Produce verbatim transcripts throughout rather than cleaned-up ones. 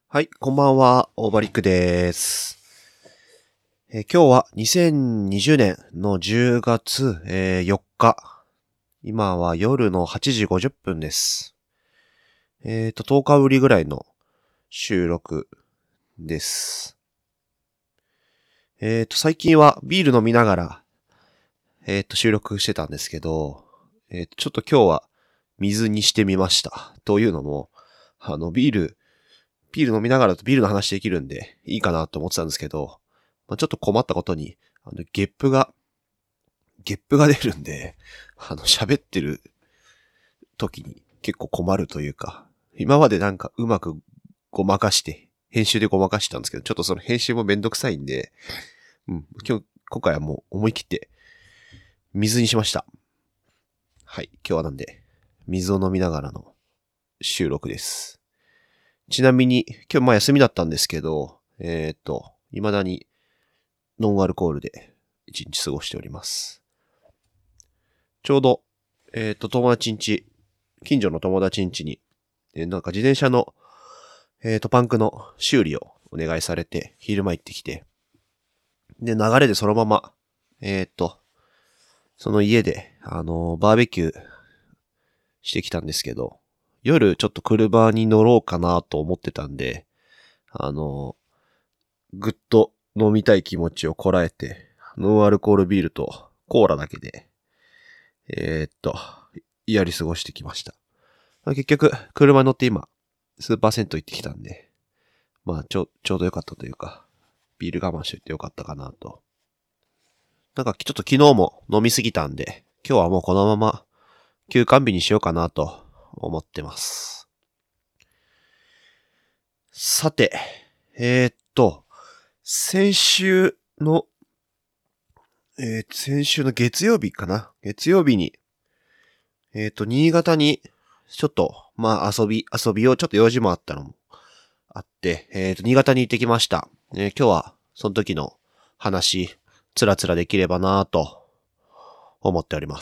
はい、こんばんは、オーバリックです。えー今日はにせんにじゅうねんのじゅうがつ、えーよっか。今は夜のはちじごじゅっぷんです。えっと、とおかぶりぐらいの収録です。えっと、最近はビール飲みながら、えっと、収録してたんですけど、えっと、ちょっと今日は水にしてみました。というのも、あの、ビール、ビール飲みながらだとビールの話できるんで、いいかなと思ってたんですけど、まあ、ちょっと困ったことに、あの、ゲップが、ゲップが出るんで、あの、喋ってる時に結構困るというか、今までなんかうまくごまかして、編集でごまかしてたんですけど、ちょっとその編集もめんどくさいんで、うん、今日、今回はもう思い切って水にしました。はい、今日はなんで、水を飲みながらの収録です。ちなみに、今日まあ休みだったんですけど、えっと、未だにノンアルコールで一日過ごしております。ちょうど、えっと、友達ん家、近所の友達ん家に、えーなんか自転車の、えっと、パンクの修理をお願いされて、昼間行ってきて、で、流れでそのまま、えっと、その家で、あのーバーベキューしてきたんですけど、夜ちょっと車に乗ろうかなと思ってたんで、あのーぐっと飲みたい気持ちをこらえて、ノンアルコールビールとコーラだけで、えーっと、やり過ごしてきました。結局、車に乗って今、スーパー銭湯行ってきたんで、まあ、ちょ、ちょうどよかったというか、ビール我慢しといてよかったかなと。なんか、ちょっと昨日も飲みすぎたんで、今日はもうこのまま休館日にしようかなと思ってます。さて、えー、っと、先週の、えー、先週の月曜日かな月曜日に、えー、っと、新潟に、ちょっと、まあ遊び、遊びをちょっと用事もあったのもあって、えー、と、新潟に行ってきました。えー今日は、その時の話、つらつらできればなぁと、思っております。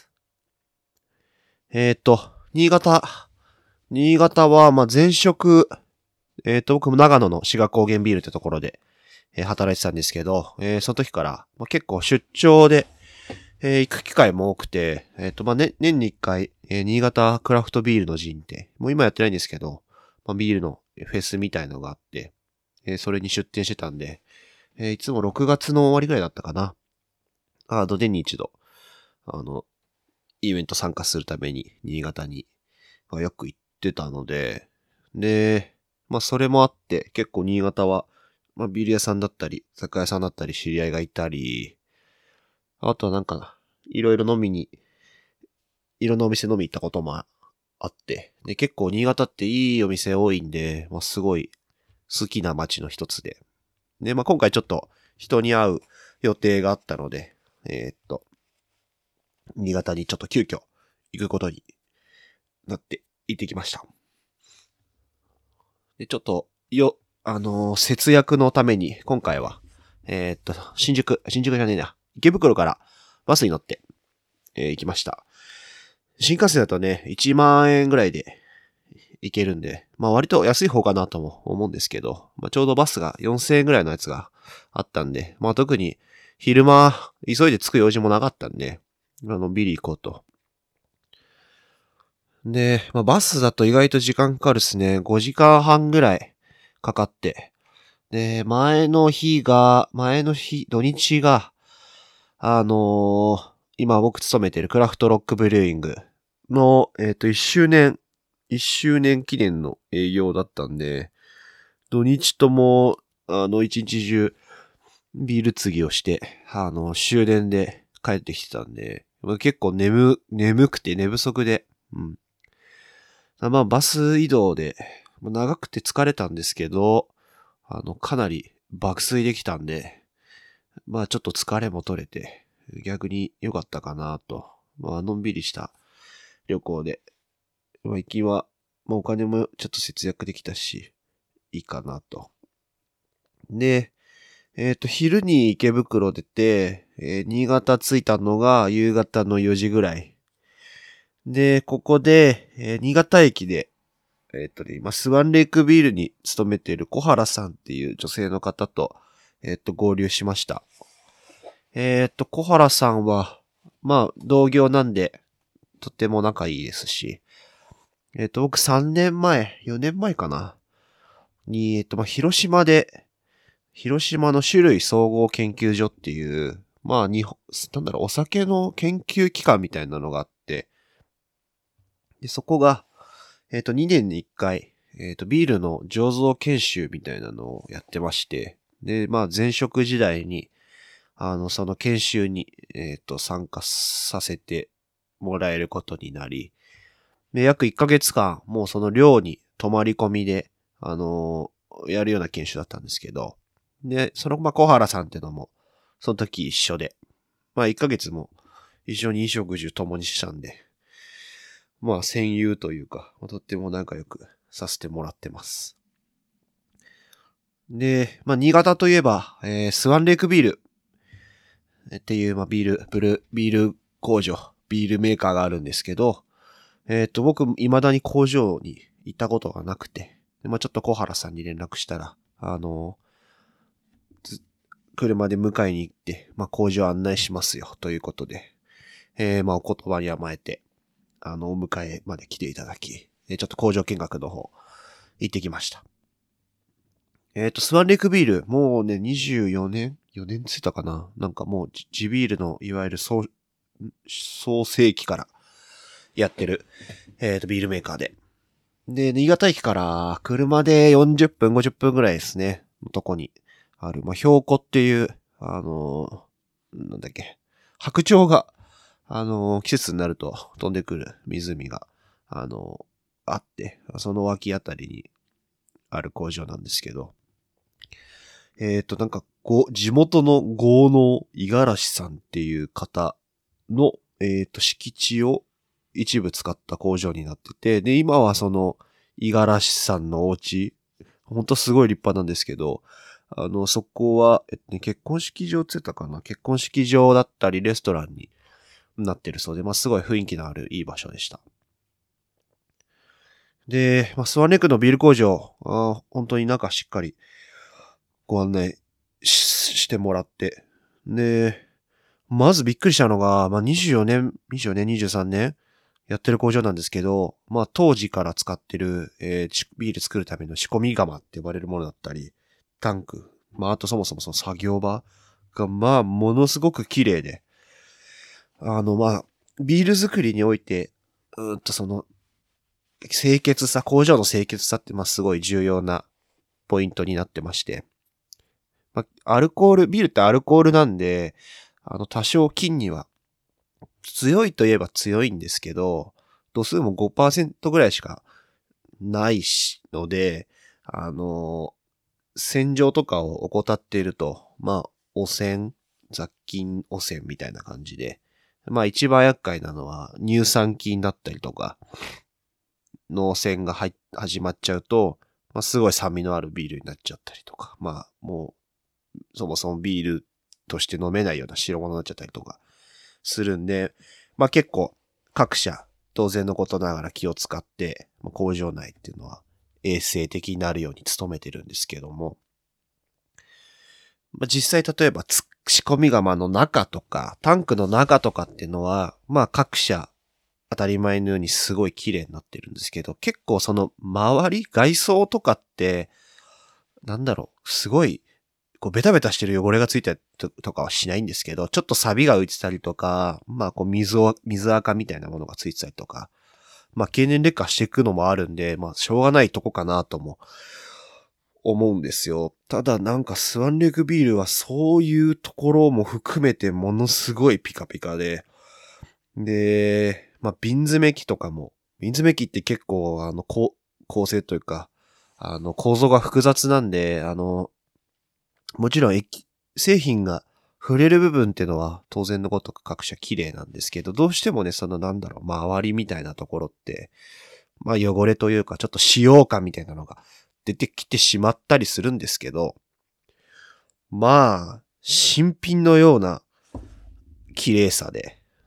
えっ、と、新潟、新潟は、まあ、前職、えっ、と、僕も長野の志賀高原ビールってところで、えー働いてたんですけど、えーその時から、まあ、結構出張で、えー行く機会も多くて、えっ、と、まあ、ね、年に一回、えー新潟クラフトビールの陣って、もう今やってないんですけど、まあ、ビールのフェスみたいのがあって、えーそれに出店してたんで、えーいつもろくがつの終わりぐらいだったかな。あの、年に一度、あの、イベント参加するために、新潟に、まあよく行ってたので、で、まあそれもあって、結構新潟は、まあビール屋さんだったり、酒屋さんだったり、知り合いがいたり、あとはなんかな、いろいろ飲みに、いろんなお店飲み行ったこともあって、で、結構新潟っていいお店多いんで、まあすごい好きな街の一つで。で、まあ今回ちょっと人に会う予定があったので、えーっと、新潟にちょっと急遽行くことになって行ってきました。で、ちょっと、よ、あのー節約のために、今回は、えーっと、新宿、新宿じゃねえな、池袋からバスに乗って、えー行きました。新幹線だとね、いちまん円ぐらいで行けるんで、まあ割と安い方かなとも思うんですけど、まあちょうどバスがよんせんえんぐらいのやつがあったんで、まあ特に昼間、急いで着く用事もなかったんで、まあのんびり行こうと。で、まあバスだと意外と時間かかるっすね。ごじかんはんぐらいかかって。で、前の日が、前の日、土日が、あのー今僕勤めてるクラフトロックブリューイングの、えっ、と、いっしゅうねん、いっしゅうねん記念の営業だったんで、土日とも、あの、一日中、ビール継ぎをして、あの、終電で帰ってきてたんで、結構眠、眠くて寝不足で、うん。まあ、バス移動で、長くて疲れたんですけど、あの、かなり爆睡できたんで、まあ、ちょっと疲れも取れて、逆に良かったかなと。まあ、のんびりした旅行で、まあ、行きは、まあ、お金もちょっと節約できたし、いいかなと。で、えっ、と、昼に池袋出て、えー新潟着いたのが夕方のよじぐらい。で、ここで、えー新潟駅で、 えっとね、今、スワンレイクビールに勤めている小原さんっていう女性の方と、えっと、合流しました。えっと、小原さんは、まあ、同業なんで、とても仲いいですし、えっと、僕さんねんまえ、よねんまえかなに、えっと、まあ、広島で、広島の種類総合研究所っていう、まあ、日本、なんだろう、お酒の研究機関みたいなのがあって、で、そこが、えっと、にねんにいっかい、えっと、ビールの醸造研修みたいなのをやってまして、で、まあ、前職時代に、あの、その研修に、えっと、参加させてもらえることになり、で、約いっかげつかん、もうその寮に泊まり込みで、あのーやるような研修だったんですけど、で、その、まあ、小原さんっていうのも、その時一緒で、まあ、いっかげつも一緒に衣食住共にしたんで、まあ、戦友というか、とっても仲良くさせてもらってます。で、まあ、新潟といえば、えー、スワンレイクビールっていう、まあ、ビール、ブル、ビール工場、ビールメーカーがあるんですけど、えっと、僕、未だに工場に行ったことがなくて、まあ、ちょっと小原さんに連絡したら、あの、車で迎えに行って、まあ、工場案内しますよ、ということで、えー、まあ、お言葉に甘えて、あの、お迎えまで来ていただき、ちょっと工場見学の方、行ってきました。えっと、スワンレイクビール、もうね、にじゅうよねん ?よ 年ついたかななんかもう、地ビールの、いわゆる創、創世期からやってる、えっと、ビールメーカーで。で、新潟駅から車でよんじゅっぷん、ごじゅっぷんぐらいですね。のとこにある。まあ、標高っていう、あのー、なんだっけ。白鳥が、あのー、季節になると飛んでくる湖が、あのー、あって、その脇あたりにある工場なんですけど、えっと、なんか、ご、地元の豪農五十嵐さんっていう方の、えっと、敷地を一部使った工場になってて、で、今はその、五十嵐さんのお家、ほんとすごい立派なんですけど、あの、そこは、えっとね、結婚式場って言ってたかな結婚式場だったり、レストランになってるそうで、まあ、すごい雰囲気のあるいい場所でした。で、まあ、スワンレイクのビール工場、あ本当になんかしっかりご案内ししてもらって、で、まずびっくりしたのが、まあ、にじゅうよねん、にじゅうよねん、にじゅうさんねんやってる工場なんですけど、まあ、当時から使ってる、えー、ビール作るための仕込み窯って呼ばれるものだったり、タンク、まあ、あとそもそもその作業場が、まあ、ものすごく綺麗で、あの、まあ、ビール作りにおいて、うーんとその、清潔さ、工場の清潔さって、まあ、すごい重要なポイントになってまして、まあ、アルコール、ビールってアルコールなんで、あの、多少菌には強いといえば強いんですけど、度数もごパーセントぐらいしかないし、ので、あの、洗浄とかを怠っていると、まあ、汚染、雑菌汚染みたいな感じで、まあ一番厄介なのは乳酸菌だったりとか、の汚染が入始まっちゃうと、まあすごい酸味のあるビールになっちゃったりとか、まあもう、そもそもビールとして飲めないような白物になっちゃったりとかするんで、まあ結構各社当然のことながら気を使って、まあ、工場内っていうのは衛生的になるように努めてるんですけども、まあ、実際例えば仕込み窯の中とかタンクの中とかっていうのは、まあ各社当たり前のようにすごい綺麗になってるんですけど、結構その周り、外装とかって、なんだろう、すごいこうベタベタしてる汚れがついたりとかはしないんですけど、ちょっとサビが浮いてたりとか、まあこう水を、水垢みたいなものがついてたりとか、まあ経年劣化していくのもあるんで、まあしょうがないとこかなとも思うんですよ。ただなんかスワンレイクビールはそういうところも含めてものすごいピカピカで、で、まあ瓶詰め機とかも、瓶詰め機って結構あの構成というか、あの構造が複雑なんで、あの、もちろん液、製品が触れる部分っていうのは当然のごとく各社綺麗なんですけど、どうしてもね、そのなんだろう、周りみたいなところって、まあ汚れというかちょっと使用感みたいなのが出てきてしまったりするんですけど、まあ、新品のような綺麗さで、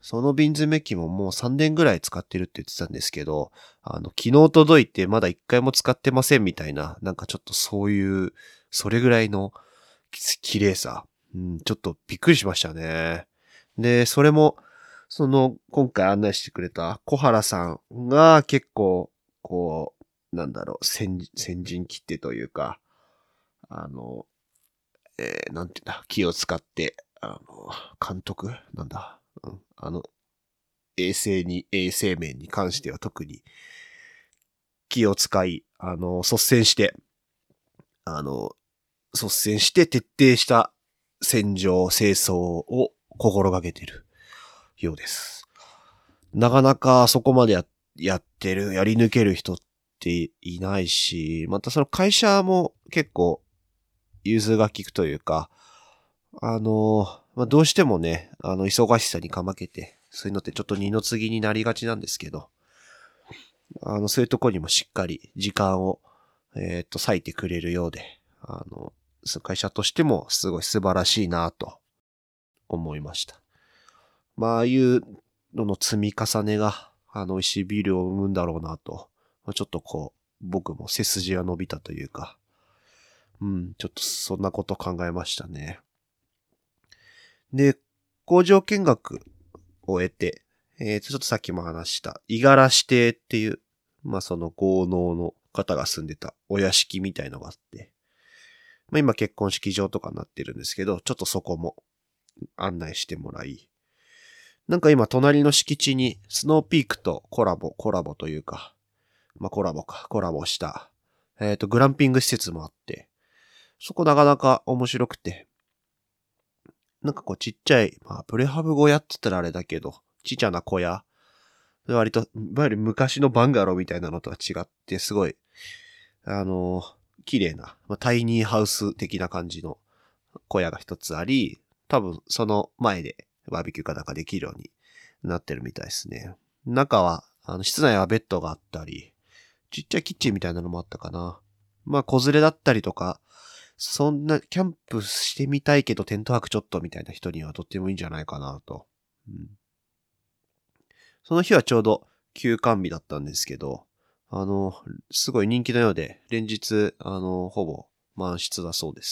その瓶詰め機ももうさんねんぐらい使ってるって言ってたんですけど、あの、昨日届いてまだいっかいも使ってませんみたいな、なんかちょっとそういう、それぐらいの綺麗さ。うん、ちょっとびっくりしましたね。で、それも、その、今回案内してくれた小原さんが結構、こう、なんだろう、先、先陣切ってというか、あの、えー、なんていうんだ、気を使って、あの、監督なんだ、うん、あの、衛生に、衛生面に関しては特に気を使い、あの、率先して、あの、率先して徹底した洗浄、清掃を心がけているようです。なかなかそこまで や, やってる、やり抜ける人っていないし、またその会社も結構融通が利くというか、あの、まあ、どうしてもね、あの、忙しさにかまけて、そういうのってちょっと二の次になりがちなんですけど、あの、そういうところにもしっかり時間を、えっと、割いてくれるようで、あの、会社としてもすごい素晴らしいなと思いました。まあ、ああいうのの積み重ねが、あの、美味しいビールを生むんだろうなと、ちょっとこう、僕も背筋が伸びたというか、うん、ちょっとそんなこと考えましたね。で、工場見学を終えて、えー、ちょっとさっきも話した、五十嵐邸っていう、まあその豪農の方が住んでたお屋敷みたいのがあって、まあ今結婚式場とかになってるんですけど、ちょっとそこも案内してもらい、なんか今隣の敷地にスノーピークとコラボ、コラボというか、まあコラボか、コラボした、えっと、グランピング施設もあって、そこなかなか面白くて、なんかこうちっちゃい、まあプレハブ小屋って言ったらあれだけど、ちっちゃな小屋、割と、いわゆる昔のバンガローみたいなのとは違って、すごい、あの、綺麗な、まあ、タイニーハウス的な感じの小屋が一つあり、多分その前でバーベキューかなんかできるようになってるみたいですね。中は、あの、室内はベッドがあったり、ちっちゃいキッチンみたいなのもあったかな。まあ、子連れだったりとか、そんな、キャンプしてみたいけどテント泊ちょっとみたいな人にはとってもいいんじゃないかなと。うん、その日はちょうど休館日だったんですけど、あの、すごい人気のようで、連日、あの、ほぼ満室だそうです。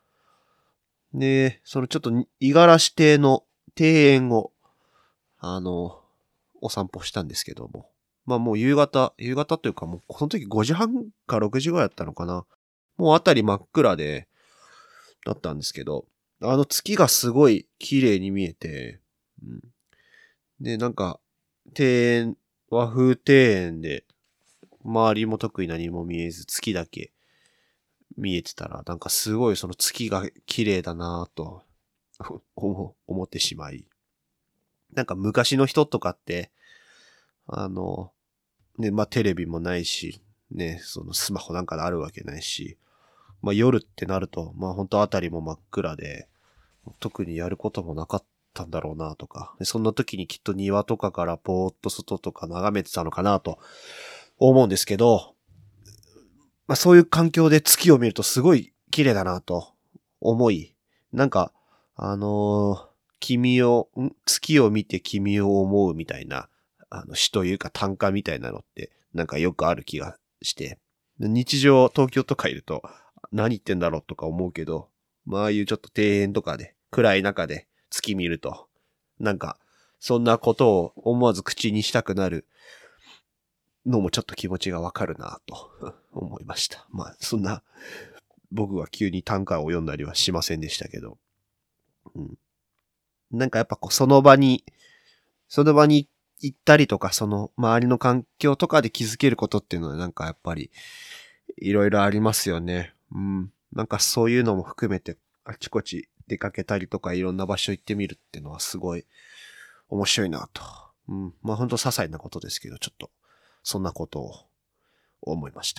で、そのちょっと、五十嵐邸の庭園を、あの、お散歩したんですけども。まあもう夕方、夕方というかもう、この時ごじはんかろくじぐらいだったのかな。もうあたり真っ暗で、だったんですけど、あの月がすごい綺麗に見えて、うん、で、なんか、庭園、和風庭園で、周りも特に何も見えず、月だけ見えてたら、なんかすごいその月が綺麗だなぁと思ってしまい。なんか昔の人とかって、あの、ね、まあ、テレビもないし、ね、そのスマホなんかであるわけないし、まあ、夜ってなると、まあ、本当あたりも真っ暗で、特にやることもなかったんだろうなとか、そんな時にきっと庭とかからぼーっと外とか眺めてたのかなと思うんですけど、まあ、そういう環境で月を見るとすごい綺麗だなと思い、なんか、あのー、君を、ん月を見て君を思うみたいな、あの詩というか短歌みたいなのって、なんかよくある気がして、日常東京とかいると何言ってんだろうとか思うけど、まあああいうちょっと庭園とかで暗い中で月見ると、なんかそんなことを思わず口にしたくなるのもちょっと気持ちがわかるなと思いました。まあそんな僕は急に短歌を読んだりはしませんでしたけど、うん、なんかやっぱこうその場に、その場に行ったりとか、その周りの環境とかで気づけることっていうのはなんかやっぱりいろいろありますよね。うん。なんかそういうのも含めてあちこち出かけたりとかいろんな場所行ってみるっていうのはすごい面白いなと。うん。まあほんと些細なことですけど、ちょっとそんなことを思いました。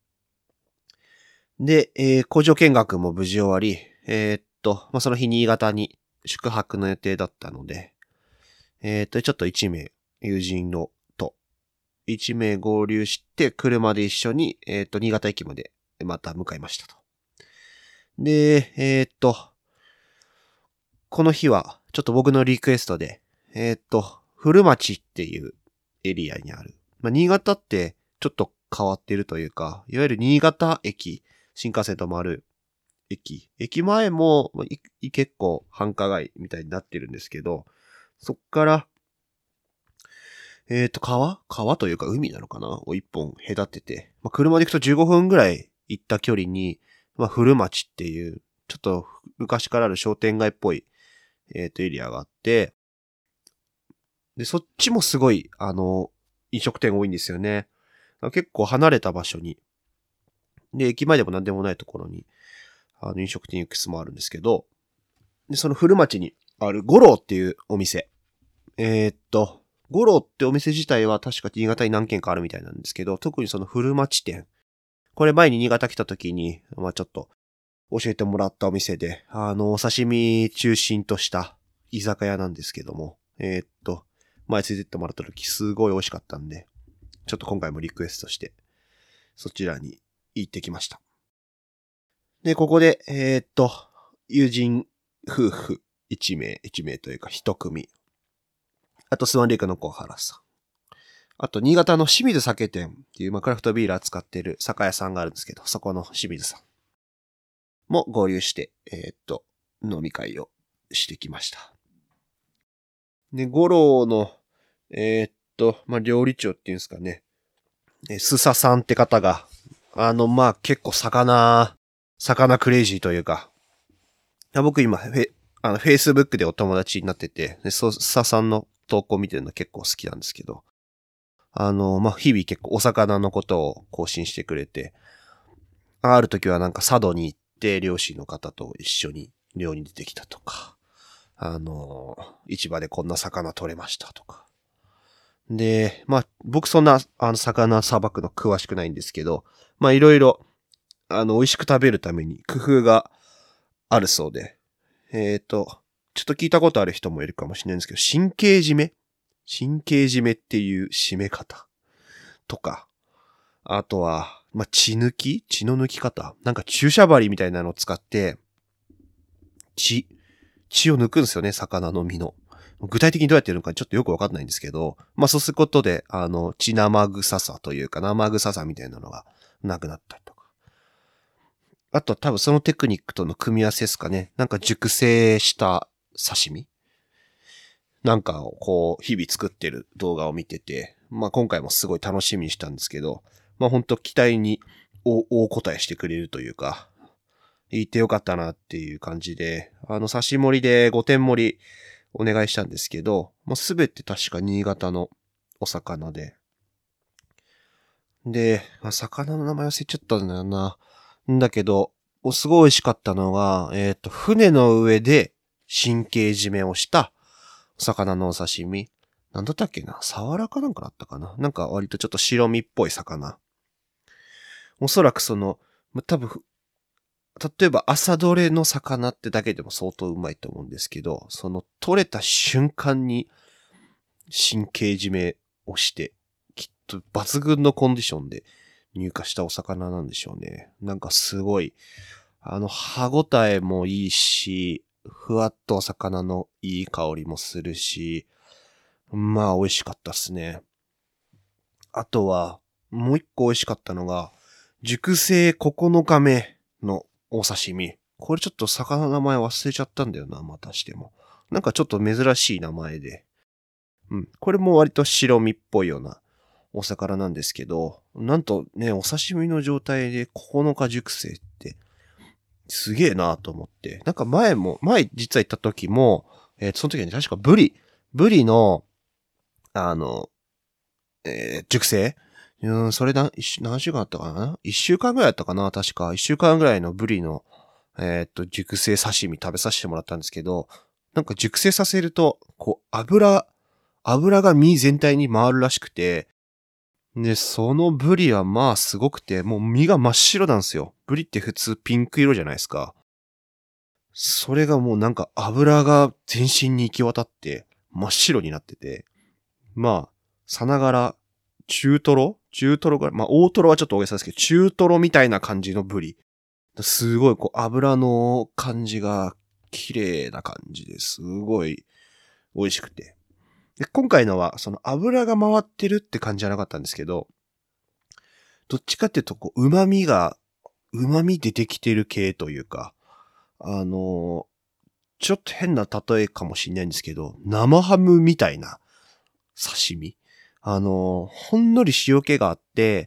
で、えー、工場見学も無事終わり、えー、っと、まあその日新潟に宿泊の予定だったので、えー、っと、ちょっと一名友人のと一名合流して車で一緒に、えー、っと、新潟駅までまた向かいましたと。で、えー、っと、この日はちょっと僕のリクエストで、 えーっと、古町っていうエリアにある。まあ、新潟ってちょっと変わってるというか、いわゆる新潟駅、新幹線ともある駅。駅前も、まあ、い結構繁華街みたいになってるんですけど、そっから、えーっと、川川というか海なのかなを一本隔てて、まあ、車で行くとじゅうごふんぐらい行った距離に、まあ、古町っていう、ちょっと昔からある商店街っぽい、えーっと、エリアがあって、で、そっちもすごい、あの、飲食店多いんですよね。結構離れた場所に。で、駅前でも何でもないところに、あの、飲食店いくつもあるんですけど、で、その古町にある五郎っていうお店。えー、っと、五郎ってお店自体は確か新潟に何軒かあるみたいなんですけど、特にその古町店。これ前に新潟来た時に、まあちょっと教えてもらったお店で、あの、お刺身中心とした居酒屋なんですけども、えー、っと、前連れてってもらった時すごい美味しかったんで、ちょっと今回もリクエストして、そちらに行ってきました。で、ここで、えー、っと、友人夫婦一名、一名というか一組。あと、スワンレイクの小原さん。あと、新潟の清水酒店っていう、まあ、クラフトビール扱ってる酒屋さんがあるんですけど、そこの清水さんも合流して、えー、っと、飲み会をしてきました。で、五郎の、えー、っと、まあ、料理長っていうんですかね。え、スサさんって方が、あの、まあ、結構魚、魚クレイジーというか、僕今、フェ、あの、Facebook でお友達になってて、で、スサさんの投稿見てるの結構好きなんですけど、あの、まあ、日々結構お魚のことを更新してくれて、ある時はなんか佐渡に行って漁師の方と一緒に漁に出てきたとか、あの、市場でこんな魚取れましたとか。で、まあ、僕そんな、あの、魚さばくの詳しくないんですけど、まあ、いろいろ、あの、美味しく食べるために工夫があるそうで、えっと、ちょっと聞いたことある人もいるかもしれないんですけど、神経締め神経締めっていう締め方とか、あとは、まあ、血抜き血の抜き方なんか注射針みたいなのを使って、血、血を抜くんですよね、魚の身の。具体的にどうやってやるのかちょっとよくわかんないんですけど、まあそうすることで、あの、血生臭さというか生臭さみたいなのがなくなったりとか。あと多分そのテクニックとの組み合わせですかね。なんか熟成した刺身なんかをこう日々作ってる動画を見てて、まあ今回もすごい楽しみにしたんですけど、まあ本当期待に大答えしてくれるというか、言ってよかったなっていう感じで、あの刺し盛りでごてん盛りお願いしたんですけど、もうすべて確か新潟のお魚で。で、魚の名前忘れちゃったんだよな。んだけど、すごい美味しかったのが、えっと、船の上で神経締めをしたお魚のお刺身。なんだったっけなサワラかなんかだったかななんか割とちょっと白身っぽい魚。おそらくその、多分、例えば朝どれの魚ってだけでも相当うまいと思うんですけど、その取れた瞬間に神経締めをして、きっと抜群のコンディションで入荷したお魚なんでしょうね。なんかすごい、あの歯ごたえもいいし、ふわっとお魚のいい香りもするし、まあ美味しかったっすね。あとは、もう一個美味しかったのが、熟成ここのかめのお刺身。これちょっと魚の名前忘れちゃったんだよな、またしても。なんかちょっと珍しい名前で。うん。これも割と白身っぽいようなお魚なんですけど、なんとね、お刺身の状態でここのか熟成って、すげえなと思って。なんか前も、前実は行った時も、えー、その時はね、確かブリ、ブリの、あの、えー、熟成うん、それな、何週間あったかな一週間ぐらいだったかな確か。一週間ぐらいのブリの、えー、っと、熟成刺身食べさせてもらったんですけど、なんか熟成させると、こう、油、油が身全体に回るらしくて、で、そのブリはまあすごくて、もう身が真っ白なんですよ。ブリって普通ピンク色じゃないですか。それがもうなんか油が全身に行き渡って真っ白になってて、まあ、さながら中トロ中トロぐらい。まあ大トロはちょっと大げさですけど、中トロみたいな感じのブリ。すごいこう油の感じが綺麗な感じですごい美味しくて。 で、今回のは、その油が回ってるって感じじゃなかったんですけど、どっちかっていうと、こう、旨味が、旨味出てきてる系というか、あの、ちょっと変な例えかもしれないんですけど、生ハムみたいな刺身。あの、ほんのり塩気があって、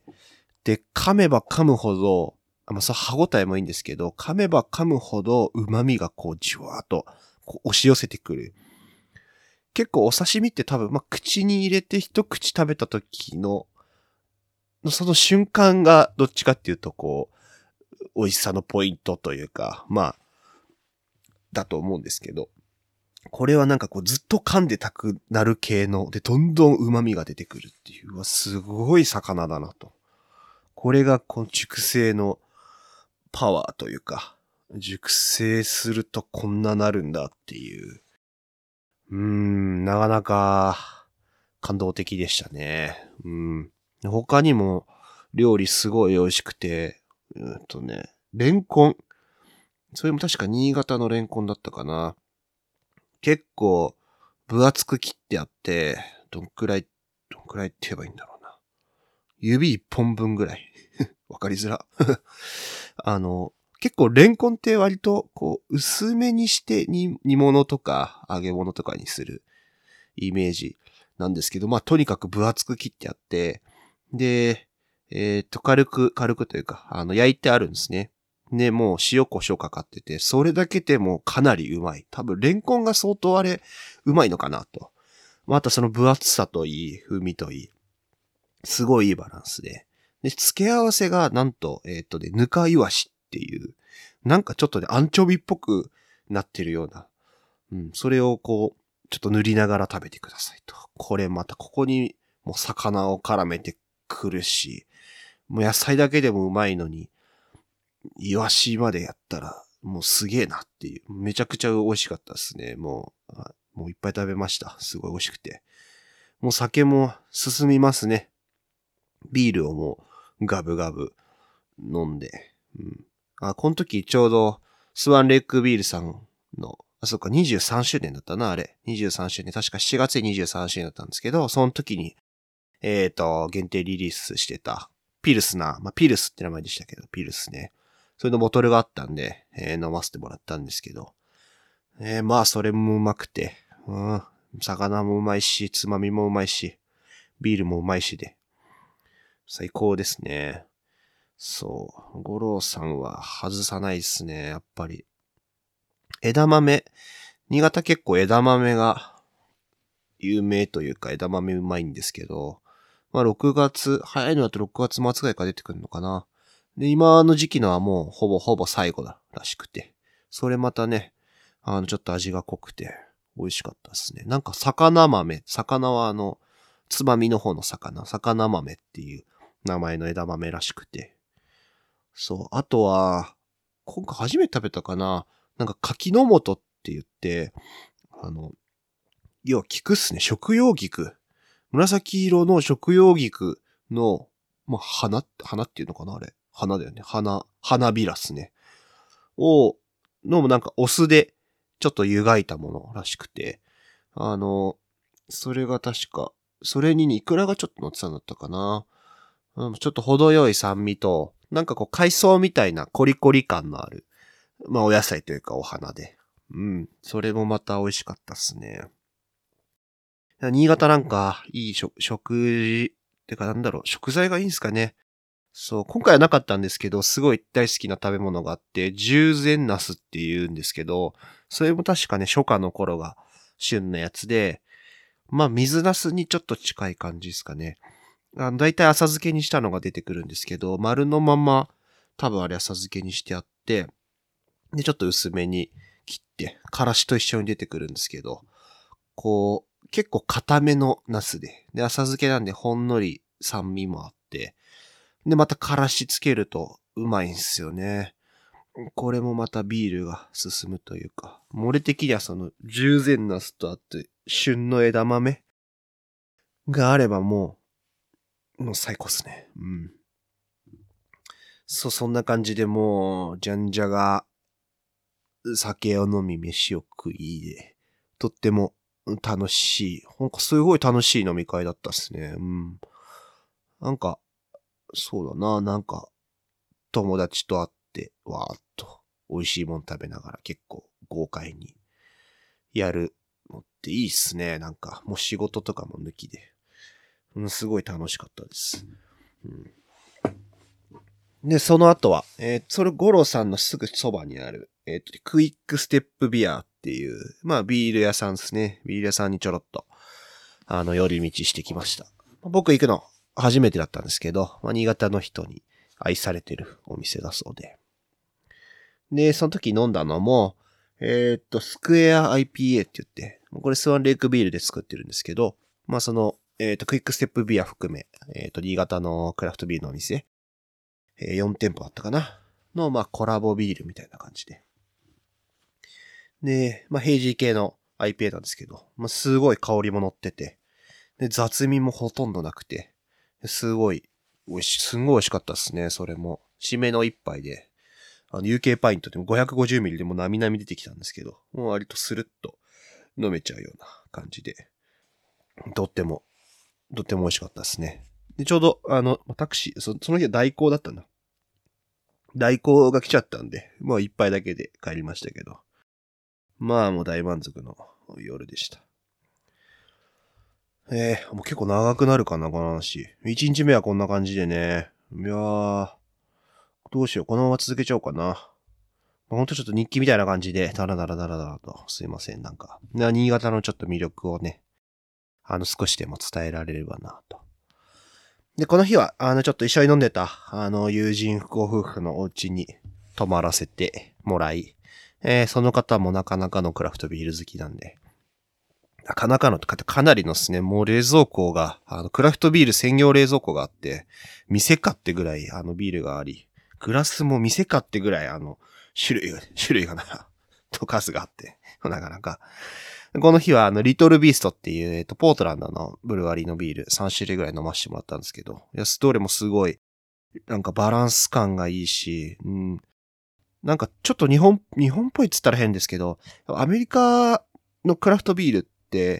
で、噛めば噛むほど、あまあ、そ歯応えもいいんですけど、噛めば噛むほど旨味がこう、じわーっとこう押し寄せてくる。結構お刺身って多分、まあ、口に入れて一口食べた時の、その瞬間がどっちかっていうとこう、美味しさのポイントというか、まあ、だと思うんですけど、これはなんかこうずっと噛んでたくなる系の、で、どんどん旨味が出てくるっていう、うわ、すごい魚だなと。これがこの熟成のパワーというか、熟成するとこんななるんだっていう。うーん、なかなか感動的でしたね。うん。他にも料理すごい美味しくて、うんとね、レンコン。それも確か新潟のレンコンだったかな。結構分厚く切ってあって、どんくらい、どんくらいって言えばいいんだろうな。指一本分ぐらい。わかりづら。あの、結構レンコンって割とこう薄めにして煮物とか揚げ物とかにするイメージなんですけど、まあとにかく分厚く切ってあって、で、えっと、軽く、軽くというか、あの、焼いてあるんですね。で、もう塩胡椒かかってて、それだけでもかなりうまい。多分、レンコンが相当あれ、うまいのかなと。またその分厚さといい、風味といい。すごいいいバランスで。で、付け合わせが、なんと、えっとね、ぬかいわしっていう、なんかちょっとね、アンチョビっぽくなってるような。うん、それをこう、ちょっと塗りながら食べてくださいと。これまたここにもう魚を絡めてくるし、もう野菜だけでもうまいのに、イワシまでやったら、もうすげえなっていう。めちゃくちゃ美味しかったですね。もう、もういっぱい食べました。すごい美味しくて。もう酒も進みますね。ビールをもうガブガブ飲んで。うん。あ、この時ちょうどスワンレックビールさんの、あ、そっか、にじゅうさんしゅうねんだったな、あれ。にじゅうさんしゅうねん。確かしちがつににじゅうさんしゅうねんだったんですけど、その時に、えっと、限定リリースしてた、ピルスナー。まあ、ピルスって名前でしたけど、ピルスね。それのボトルがあったんで、えー飲ませてもらったんですけど。えーまあ、それもうまくて、うん。魚もうまいし、つまみもうまいし、ビールもうまいしで。最高ですね。そう。五郎さんは外さないですね、やっぱり。枝豆。新潟結構枝豆が有名というか枝豆うまいんですけど、まあろくがつ、早いのだとろくがつ末ぐらいから出てくるのかな。で、今の時期のはもうほぼほぼ最後だらしくて。それまたね、あの、ちょっと味が濃くて美味しかったですね。なんか魚豆、魚はあの、つまみの方の魚、魚豆っていう名前の枝豆らしくて。そう。あとは、今回初めて食べたかな。なんか柿の本って言って、あの、要は菊っすね。食用菊。紫色の食用菊の、まあ、花、花っていうのかなあれ。花だよね。花、花びらっすね。を、のもなんかお酢でちょっと湯がいたものらしくて、あの、それが確か、それにね、イクラがちょっと乗ってたんだったかな。うん、ちょっと程よい酸味と、なんかこう海藻みたいなコリコリ感のある、まあお野菜というかお花で。うん。それもまた美味しかったっすね。新潟なんか、いい食、食事、ってかなんだろう、食材がいいんすかね。そう、今回はなかったんですけど、すごい大好きな食べ物があって、十全ナスって言うんですけど、それも確かね、初夏の頃が旬なやつで、まあ水ナスにちょっと近い感じですかね。あの、だいたい浅漬けにしたのが出てくるんですけど、丸のまま、多分あれ浅漬けにしてあって、で、ちょっと薄めに切って、からしと一緒に出てくるんですけど、こう、結構固めのナスで、で、浅漬けなんでほんのり酸味もあって、で、またからしつけるとうまいんすよね。これもまたビールが進むというか、俺的にはその十全ナスとあって、旬の枝豆があればもう、もう最高っすね。うん。そう、そんな感じでもう、じゃんじゃが、酒を飲み、飯を食いで、とっても楽しい。なんかすごい楽しい飲み会だったっすね。うん。なんか、そうだな、なんか、友達と会って、わーっと美味しいもん食べながら結構豪快にやるのっていいっすね。なんか、もう仕事とかも抜きで。うん、すごい楽しかったです。うん、で、その後は、えー、それゴロさんのすぐそばにある、えっと、クイックステップビアっていう、まあビール屋さんですね。ビール屋さんにちょろっと、あの、寄り道してきました。僕行くの初めてだったんですけど、まあ、新潟の人に愛されてるお店だそうで。で、その時飲んだのも、えー、っと、スクエア アイピーエー って言って、これスワンレイクビールで作ってるんですけど、まあその、えー、っと、クイックステップビア含め、えー、っと、新潟のクラフトビールのお店、えー、よん店舗あったかなの、まあコラボビールみたいな感じで。で、まあ、ヘイジー系の アイピーエー なんですけど、まあ、すごい香りも乗ってて、で、雑味もほとんどなくて、すごい、美味し、すんごい美味しかったですね、それも。締めの一杯で、あの、ユーケー パイントでも ごひゃくごじゅうミリ でもなみなみ出てきたんですけど、もう割とスルッと飲めちゃうような感じで、とっても、とっても美味しかったですね。で、ちょうど、あの、タクシー、そその日は代行だったんだ。代行が来ちゃったんで、もう一杯だけで帰りましたけど。まあもう大満足の夜でした。えー、もう結構長くなるかな、この話。一日目はこんな感じでね。いやー、どうしよう、このまま続けちゃおうかな。ほんとちょっと日記みたいな感じで、ダラダラダラダラと、すいません、なんか。新潟のちょっと魅力をね、あの、少しでも伝えられればなと。で、この日は、あの、ちょっと一緒に飲んでた、あの、友人ご夫婦のお家に泊まらせてもらい、えー、その方もなかなかのクラフトビール好きなんで、なかなかの、かなりのですね、もう冷蔵庫が、あの、クラフトビール専用冷蔵庫があって、店かってぐらい、あの、ビールがあり、グラスも店かってぐらい、あの、種類が、種類がな、と数があって、なかなか。この日は、あの、リトルビーストっていう、えっと、ポートランドのブルワリーのビールさん種類ぐらい飲ませてもらったんですけど、いや、どれもすごい、なんかバランス感がいいし、うん、なんかちょっと日本、日本っぽいっつったら変ですけど、アメリカのクラフトビールって、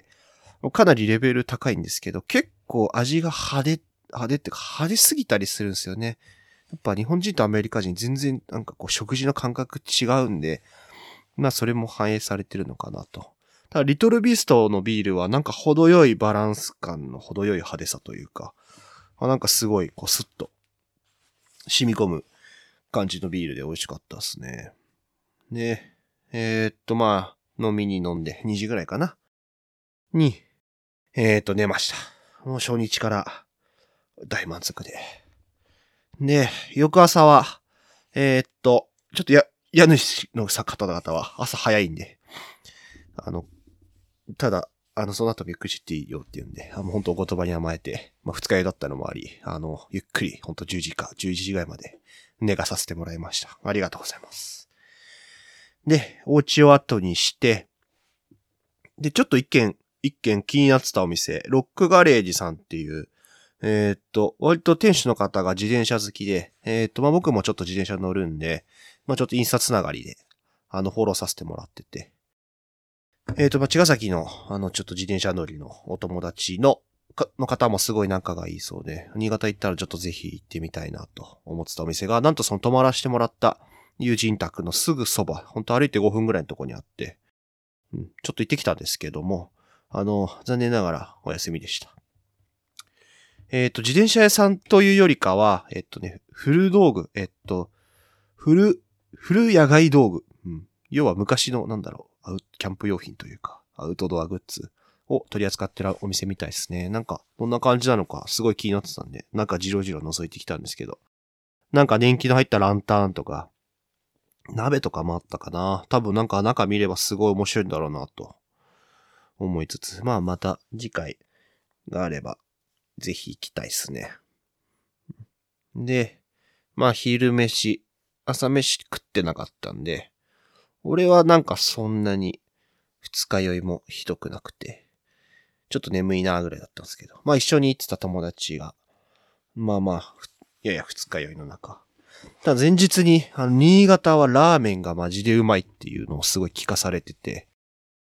かなりレベル高いんですけど、結構味が派手、派手ってか派手すぎたりするんですよね。やっぱ日本人とアメリカ人全然なんかこう食事の感覚違うんで、まあそれも反映されてるのかなと。ただリトルビーストのビールはなんか程よいバランス感の程よい派手さというか、なんかすごいこうスッと染み込む感じのビールで美味しかったですね。で、えー、っとまあ飲みに飲んでにじぐらいかなに、えー、っと寝ました。もう初日から大満足で。で、翌朝は、えー、っと、ちょっとや、家主の方々は朝早いんで、あの、ただ、あの、その後びっくりしていいよって言うんで、あの、本当お言葉に甘えて、まあ、二日酔いだったのもあり、あの、ゆっくり、本当じゅうじか、じゅういちじぐらいまで寝かさせてもらいました。ありがとうございます。で、お家を後にして、で、ちょっと一軒、一軒気になってたお店、ロックガレージさんっていう、えー、っと、割と店主の方が自転車好きで、えー、っと、まあ、僕もちょっと自転車乗るんで、まあ、ちょっとインスタつながりで、あの、フォローさせてもらってて、えっと、まあ、茅ヶ崎の、あの、ちょっと自転車乗りのお友達の、かの方もすごい仲がいいそうで、新潟行ったらちょっとぜひ行ってみたいなと思ってたお店が、なんとその泊まらせてもらった友人宅のすぐそば、ほんと歩いてごふんぐらいのとこにあって、うん、ちょっと行ってきたんですけども、あの、残念ながらお休みでした。えっと、自転車屋さんというよりかは、えっとね、フル道具、えっと、フル、フル野外道具、うん、要は昔の、なんだろう、キャンプ用品というか、アウトドアグッズを取り扱ってるお店みたいですね。なんか、どんな感じなのか、すごい気になってたんで、なんかじろじろ覗いてきたんですけど、なんか年季の入ったランタンとか、鍋とかもあったかな。多分なんか中見ればすごい面白いんだろうなと思いつつ、まあまた次回があれば、ぜひ行きたいですね。で、まあ昼飯、朝飯食ってなかったんで、俺はなんかそんなに二日酔いもひどくなくて、ちょっと眠いなぐらいだったんですけど、まあ一緒に行ってた友達が、まあまあ、やや二日酔いの中。ただ前日に、あの、新潟はラーメンがマジでうまいっていうのをすごい聞かされてて、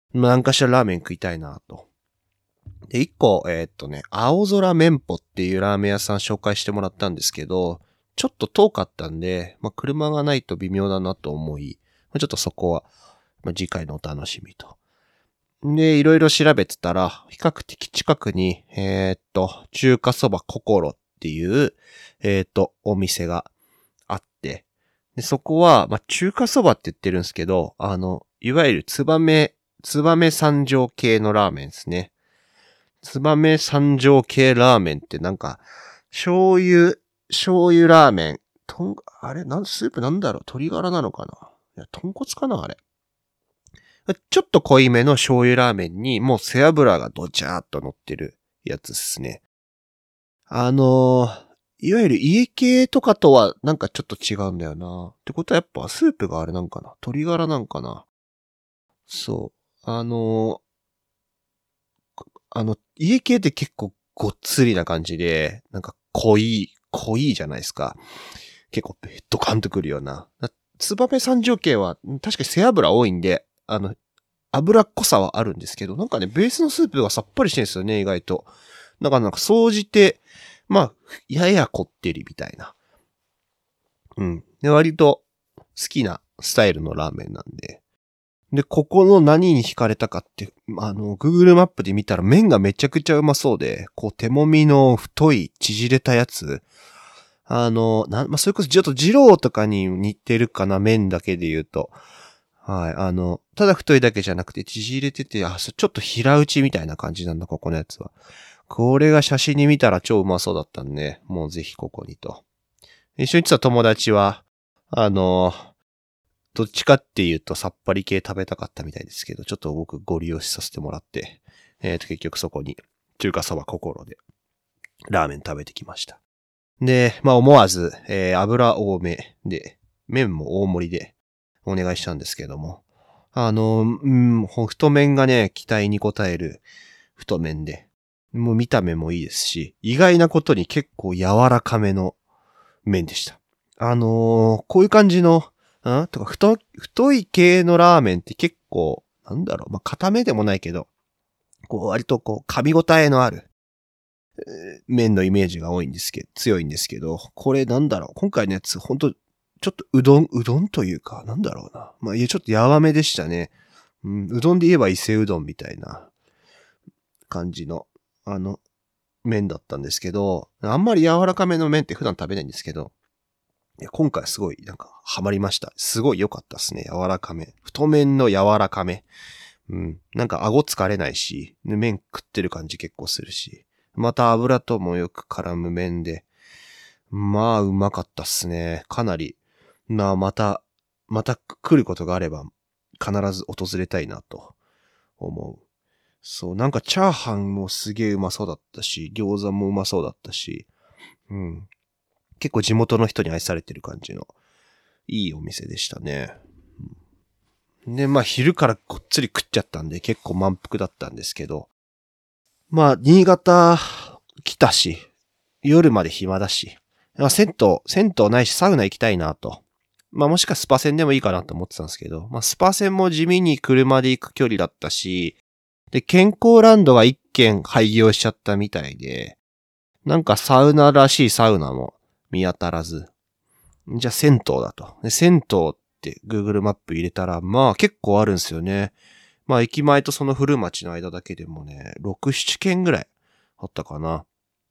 何かしらラーメン食いたいなと。で、一個、えー、っとね、青空麺舗っていうラーメン屋さん紹介してもらったんですけど、ちょっと遠かったんで、まあ、車がないと微妙だなと思い、まあ、ちょっとそこは、まあ、次回のお楽しみと。で、いろいろ調べてたら、比較的近くに、えー、っと、中華そば心っていう、えー、っと、お店があって、で、そこは、まあ、中華そばって言ってるんですけど、あの、いわゆるつばめ、つばめ三条系のラーメンですね。つばめ三条系ラーメンってなんか、醤油、醤油ラーメン、とん、あれなん、スープなんだろう鶏ガラなのかないや、豚骨かなあれ。ちょっと濃いめの醤油ラーメンに、もう背脂がドチャーっと乗ってるやつですね。あのー、いわゆる家系とかとはなんかちょっと違うんだよな。ってことはやっぱスープがあれなんかな鶏ガラなんかなそう。あのー、あの、家系って結構ごっつりな感じで、なんか濃い、濃いじゃないですか。結構ドカンとくるような。つばめ三条系は確かに背脂多いんで、あの、脂っこさはあるんですけど、なんかね、ベースのスープがさっぱりしてるんですよね、意外と。だからなんか、総じて、まあ、ややこってりみたいな。うん。で、割と好きなスタイルのラーメンなんで。で、ここの何に惹かれたかって、あの、Google マップで見たら麺がめちゃくちゃうまそうで、こう手もみの太い縮れたやつ。あの、な、まあ、それこそちょっと二郎とかに似てるかな、麺だけで言うと。はい。あの、ただ太いだけじゃなくて縮れてて、あ、ちょっと平打ちみたいな感じなんだ、ここのやつは。これが写真に見たら超うまそうだったんで、もうぜひここにと。一緒に行ってた友達は、あの、どっちかっていうとさっぱり系食べたかったみたいですけど、ちょっと僕ご利用しさせてもらって、えっと、結局そこに中華そば心でラーメン食べてきました。で、まあ思わず、えー、油多めで、麺も大盛りでお願いしたんですけども、あの、うん、太麺がね、期待に応える太麺で、もう見た目もいいですし、意外なことに結構柔らかめの麺でした。あのー、こういう感じの、んとか太、太い系のラーメンって結構、なんだろう、まあ、固めでもないけど、こう割とこう噛み応えのある、麺のイメージが多いんですけど、強いんですけど、これなんだろう、今回のやつ、ほんと、ちょっとうどん、うどんというか、なんだろうな。まあ、いや、ちょっとやわめでしたね。うん、うどんで言えば伊勢うどんみたいな感じの、あの、麺だったんですけど、あんまり柔らかめの麺って普段食べないんですけど、いや今回すごいなんかハマりました。すごい良かったですね。柔らかめ。太麺の柔らかめ。うん。なんか顎疲れないし、麺食ってる感じ結構するし、また油ともよく絡む麺で、まあうまかったっすね。かなり、まあまた、また来ることがあれば必ず訪れたいなと思う。そう、なんかチャーハンもすげえうまそうだったし、餃子もうまそうだったし、うん。結構地元の人に愛されてる感じのいいお店でしたね。で、まあ昼からごっつり食っちゃったんで結構満腹だったんですけど、まあ新潟来たし、夜まで暇だし、まあ、銭湯、銭湯ないしサウナ行きたいなと。まあもしかスパ船でもいいかなと思ってたんですけど、まあスパ船も地味に車で行く距離だったし、で、健康ランドが一軒廃業しちゃったみたいで、なんかサウナらしいサウナも見当たらず。じゃあ銭湯だと。で銭湯って Google マップ入れたら、まあ結構あるんですよね。まあ駅前とその古町の間だけでもね、ろく、ななけんぐらいあったかな。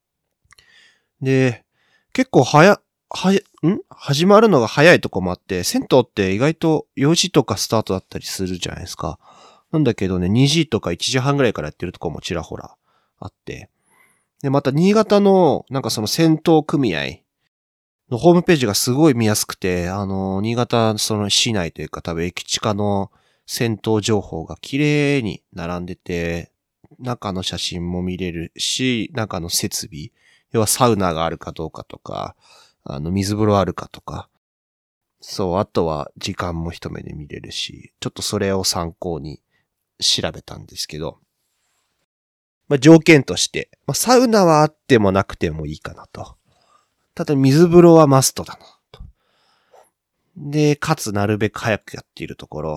で、結構早、はや、ん始まるのが早いとこもあって、銭湯って意外とよじとかスタートだったりするじゃないですか。なんだけどね、にじとかいちじはんぐらいからやってるとこもちらほらあって。で、また新潟の、なんかその銭湯組合のホームページがすごい見やすくて、あの、新潟その市内というか多分駅地下の銭湯情報が綺麗に並んでて、中の写真も見れるし、中の設備、要はサウナがあるかどうかとか、あの、水風呂あるかとか、そう、あとは時間も一目で見れるし、ちょっとそれを参考に調べたんですけど、まあ、条件として、まあ、サウナはあってもなくてもいいかなと。ただ水風呂はマストだなと。で、かつなるべく早くやっているところ。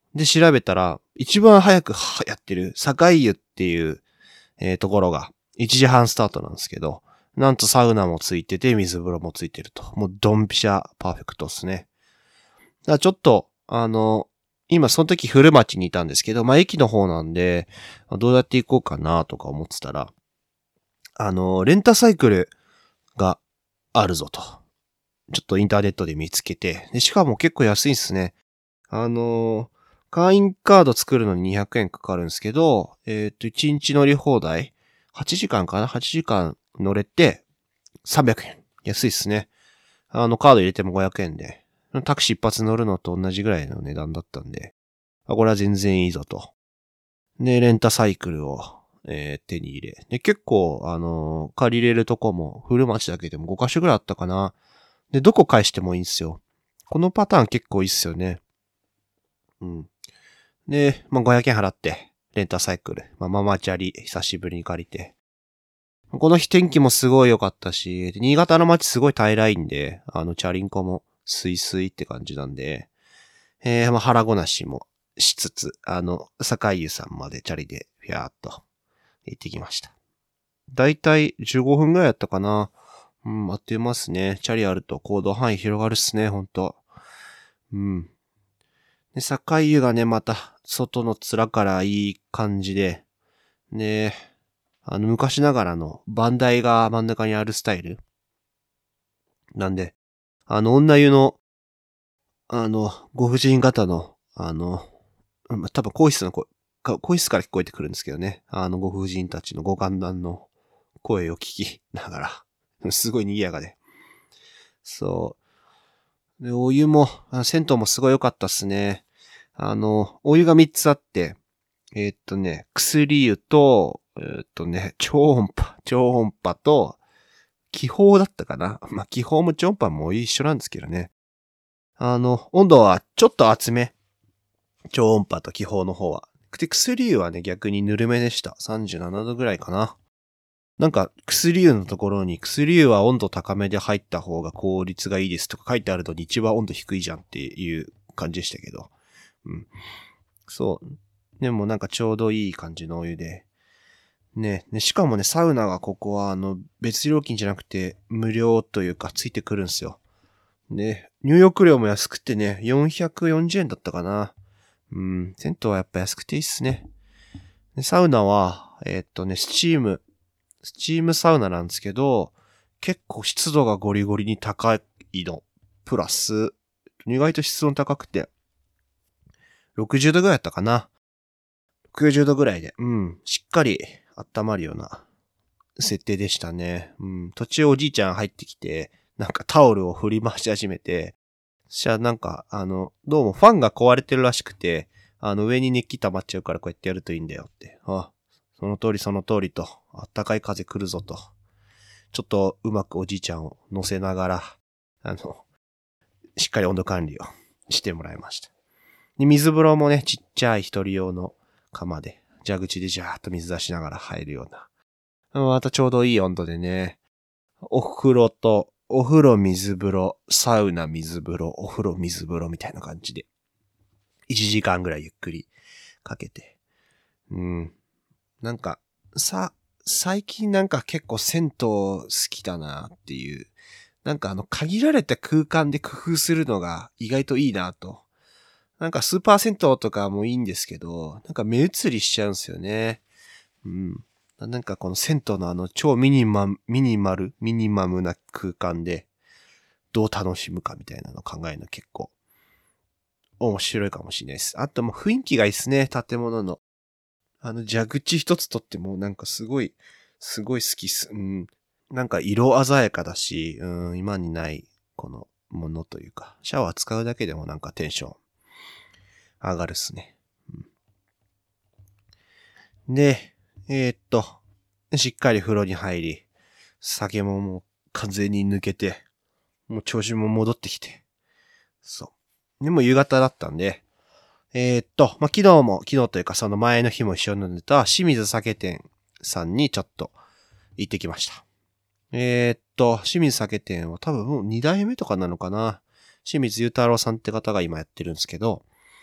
で、調べたら、一番早くやってる、坂井湯っていう、えー、ところが、いちじはんスタートなんですけど、なんとサウナもついてて、水風呂もついてると。もうドンピシャパーフェクトですね。だからちょっと、あの、今その時古町にいたんですけど、まあ、駅の方なんで、どうやって行こうかなとか思ってたら、あの、レンタサイクルがあるぞと。ちょっとインターネットで見つけて、でしかも結構安いんですね。あの、会員カード作るのににひゃくえんかかるんですけど、えっと、いちにち乗り放題、はちじかんかな ?はち 時間乗れて、さんびゃくえん。安いっすね。あの、カード入れてもごひゃくえんで、タクシー一発乗るのと同じぐらいの値段だったんで、あ、これは全然いいぞと。で、レンタサイクルを、えー、手に入れ。で、結構、あのー、借りれるとこも、古町だけでもごカ所ぐらいあったかな。で、どこ返してもいいんですよ。このパターン結構いいっすよね。うん。で、まあ、ごひゃくえん払って、レンタサイクル。まあ、ママチャリ、久しぶりに借りて。この日天気もすごい良かったし、新潟の街すごい平らいんで、あの、チャリンコもスイスイって感じなんで、えー、まあ、腹ごなしもしつつ、あの、坂井湯さんまでチャリで、ふやーっと行ってきました。だいたいじゅうごふんぐらいやったかな。うん、あっという間っすね。チャリあると行動範囲広がるっすね、ほんと。うん。で、坂井湯がね、また、外の面からいい感じで、ね、あの、昔ながらの番台が真ん中にあるスタイル。なんで、あの、女湯の、あの、ご婦人方の、あの、多分、更衣室の声、更衣室から聞こえてくるんですけどね。あの、ご婦人たちのご歓談の声を聞きながら、すごい賑やかで。そう。で、お湯も、銭湯もすごい良かったっすね。あの、お湯がみっつあって、えー、っとね、薬湯と、えー、っとね、超音波、超音波と、気泡だったかな。まあ、気泡も超音波も一緒なんですけどね。あの、温度はちょっと厚め。超音波と気泡の方は。で、薬湯はね、逆にぬるめでした。さんじゅうななどぐらいかな。なんか、薬湯のところに、薬湯は温度高めで入った方が効率がいいですとか書いてあるのに一番温度低いじゃんっていう感じでしたけど。うん。そう。でもなんかちょうどいい感じのお湯で。ね、ね、しかもね、サウナがここはあの、別料金じゃなくて無料というかついてくるんですよ。ね、入浴料も安くてね、よんひゃくよんじゅうえんだったかな。うん、銭湯はやっぱ安くていいっすね。でサウナは、えー、っとね、スチーム、スチームサウナなんですけど、結構湿度がゴリゴリに高いの。プラス、意外と湿度高くて、ろくじゅうどぐらいだったかな。ろくじゅうどぐらいで、うん、しっかり温まるような設定でしたね。うん、途中おじいちゃん入ってきて、なんかタオルを振り回し始めて、そしたらなんか、あの、どうもファンが壊れてるらしくて、あの上に熱気溜まっちゃうからこうやってやるといいんだよって。あ、その通りその通りと、あったかい風来るぞと。ちょっとうまくおじいちゃんを乗せながら、あの、しっかり温度管理をしてもらいました。で、水風呂もね、ちっちゃい一人用の釜で、蛇口でジャーっと水出しながら入るような。またちょうどいい温度でね、お風呂と、お風呂水風呂、サウナ水風呂、お風呂水風呂みたいな感じで、いちじかんぐらいゆっくりかけて。うん。なんか、さ、最近なんか結構銭湯好きだなっていう。なんかあの限られた空間で工夫するのが意外といいなと。なんかスーパー銭湯とかもいいんですけど、なんか目移りしちゃうんですよね。うん。なんかこの銭湯のあの超ミニマム、ミニマル、ミニマムな空間でどう楽しむかみたいなのを考えるの結構面白いかもしれないです。あともう雰囲気がいいですね、建物の。あの蛇口一つとってもなんかすごい、すごい好きっす。うん。なんか色鮮やかだし、うん、今にないこのものというか、シャワー使うだけでもなんかテンション上がるっすね。うん、で、えー、っと、しっかり風呂に入り、酒ももう完全に抜けて、もう調子も戻ってきて。そう。でも夕方だったんで、えー、っと、まあ、昨日も、昨日というかその前の日も一緒に飲んでた清水酒店さんにちょっと行ってきました。えー、っと、清水酒店は多分もうに代目とかなのかな。清水裕太郎さんって方が今やってるんですけど、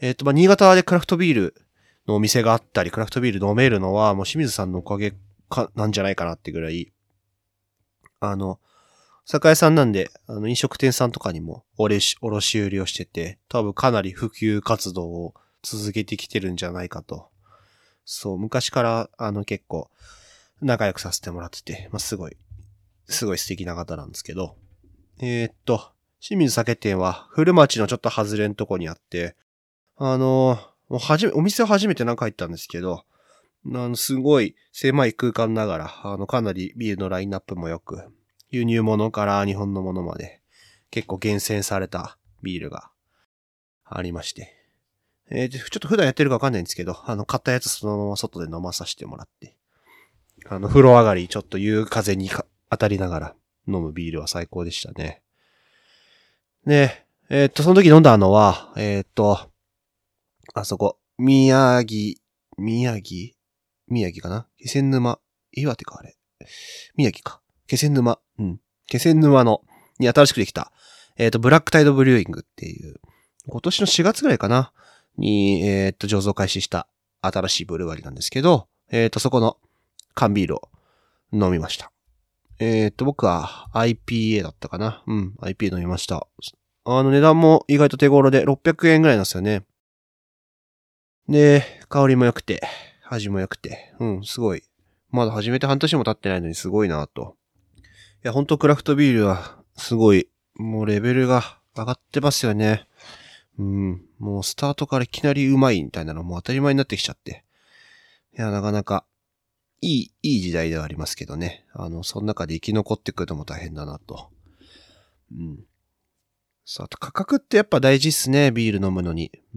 えっと、まあ、新潟でクラフトビールのお店があったり、クラフトビール飲めるのは、もう清水さんのおかげか、なんじゃないかなってぐらい、あの、酒屋さんなんで、あの、飲食店さんとかにも、おろし、おろし売りをしてて、多分かなり普及活動を続けてきてるんじゃないかと。そう、昔から、あの、結構、仲良くさせてもらってて、まあ、すごい、すごい素敵な方なんですけど、えー、っと、清水酒店は、古町のちょっと外れんとこにあって、あの、もうはじめ、お店を初めてなんか入ったんですけど、あの、すごい狭い空間ながら、あの、かなりビールのラインナップも良く、輸入物から日本のものまで、結構厳選されたビールがありまして。えー、ちょっと普段やってるかわかんないんですけど、あの、買ったやつそのまま外で飲まさせてもらって、あの、風呂上がりちょっと夕風に当たりながら飲むビールは最高でしたね。で、えー、っと、その時飲んだのは、えー、っと、あそこ、宮城、宮城宮城かな気仙沼岩手かあれ宮城か。気仙沼。うん。気仙沼の、に新しくできた、えっと、ブラックタイドブリューイングっていう、今年のしがつぐらいかなに、えっと、醸造開始した新しいブルワリーなんですけど、えっと、そこの缶ビールを飲みました。えっと、僕は アイピーエー だったかな。うん、アイピーエー 飲みました。あの値段も意外と手頃でろっぴゃくえんぐらいなんですよね。で、香りも良くて、味も良くて、うん、すごい。まだ始めて半年も経ってないのにすごいなと。いや、ほんとクラフトビールは、すごい、もうレベルが上がってますよね。うん、もうスタートからいきなりうまいみたいなのも当たり前になってきちゃって。いや、なかなか、いい、いい時代ではありますけどね。あの、その中で生き残ってくるのも大変だなと。うん。さあ、価格ってやっぱ大事っすね、ビール飲むのに。うん。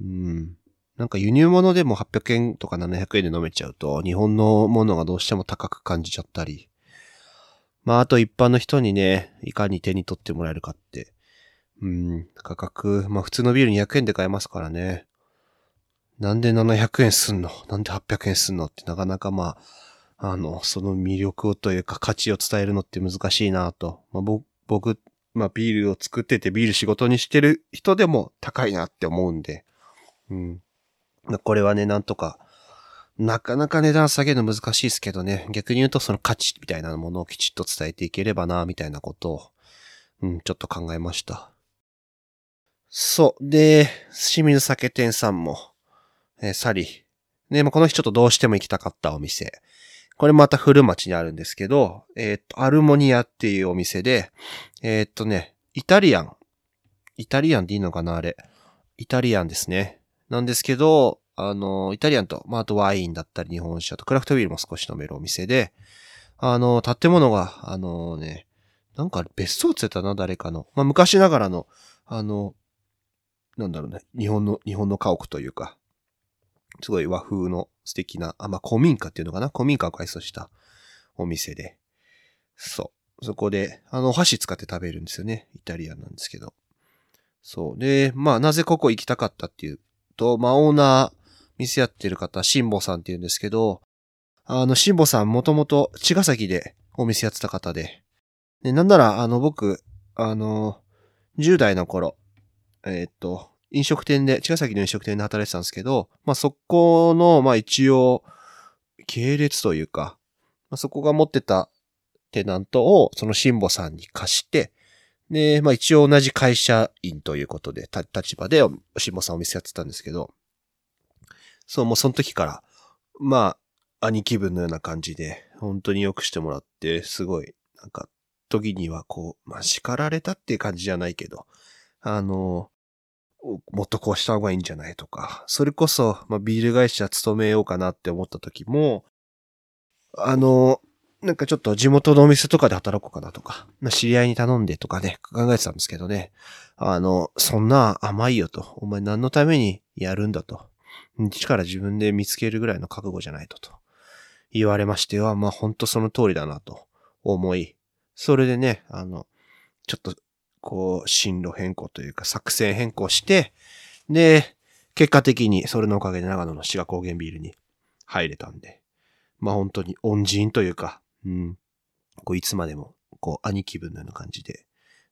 なんか輸入物でもはっぴゃくえんとかななひゃくえんで飲めちゃうと、日本のものがどうしても高く感じちゃったり。まあ、あと一般の人にね、いかに手に取ってもらえるかって。うん、価格、まあ普通のビールにひゃくえんで買えますからね。なんでななひゃくえんすんの？なんではっぴゃくえんすんのってなかなかまあ、あの、その魅力をというか価値を伝えるのって難しいなと。まあ、僕、まあビールを作っててビール仕事にしてる人でも高いなって思うんで。うん。これはね、なんとか、なかなか値段下げるの難しいですけどね。逆に言うとその価値みたいなものをきちっと伝えていければな、みたいなことを、うん、ちょっと考えました。そう。で、清水酒店さんも、えー、サリ。ね、まあ、この日ちょっとどうしても行きたかったお店。これまた古町にあるんですけど、えー、っと、アルモニアっていうお店で、えー、っとね、イタリアン。イタリアンでいいのかなあれ。イタリアンですね。なんですけど、あの、イタリアンと、まあ、あとワインだったり日本酒とクラフトビールも少し飲めるお店で、あの、建物が、あのね、なんか別荘って言ったな、誰かの。まあ、昔ながらの、あの、なんだろうね、日本の、日本の家屋というか、すごい和風の素敵な、あ、まあ、古民家っていうのかな、古民家を改装したお店で。そう。そこで、あの、お箸使って食べるんですよね。イタリアンなんですけど。そう。で、まあ、なぜここ行きたかったっていうと、まあ、オーナー、店やってる方、しんぼさんって言うんですけど、あの、しんぼさんもともと茅ヶ崎でお店やってた方で、で、なんなら、あの、僕、あの、じゅう代の頃、えーっと、飲食店で、茅ヶ崎の飲食店で働いてたんですけど、まあ、そこの、まあ、一応、系列というか、まあ、そこが持ってたテナントを、そのしんぼさんに貸して、で、まあ一応同じ会社員ということで、立場で、しんぼさんお店やってたんですけど、そう、もうその時から、まあ、兄貴分のような感じで、本当によくしてもらって、すごい、なんか、時にはこう、まあ叱られたっていう感じじゃないけど、あの、もっとこうした方がいいんじゃないとか、それこそ、まあビール会社勤めようかなって思った時も、あの、なんかちょっと地元のお店とかで働こうかなとか、知り合いに頼んでとかね、考えてたんですけどね。あの、そんな甘いよと。お前何のためにやるんだと。力自分で見つけるぐらいの覚悟じゃないとと。言われましては、まあ本当その通りだなと思い。それでね、あの、ちょっと、こう、進路変更というか作戦変更して、で、結果的にそれのおかげで長野の志賀高原ビールに入れたんで。まあ本当に恩人というか、うん、こういつまでも、こう兄貴分のような感じで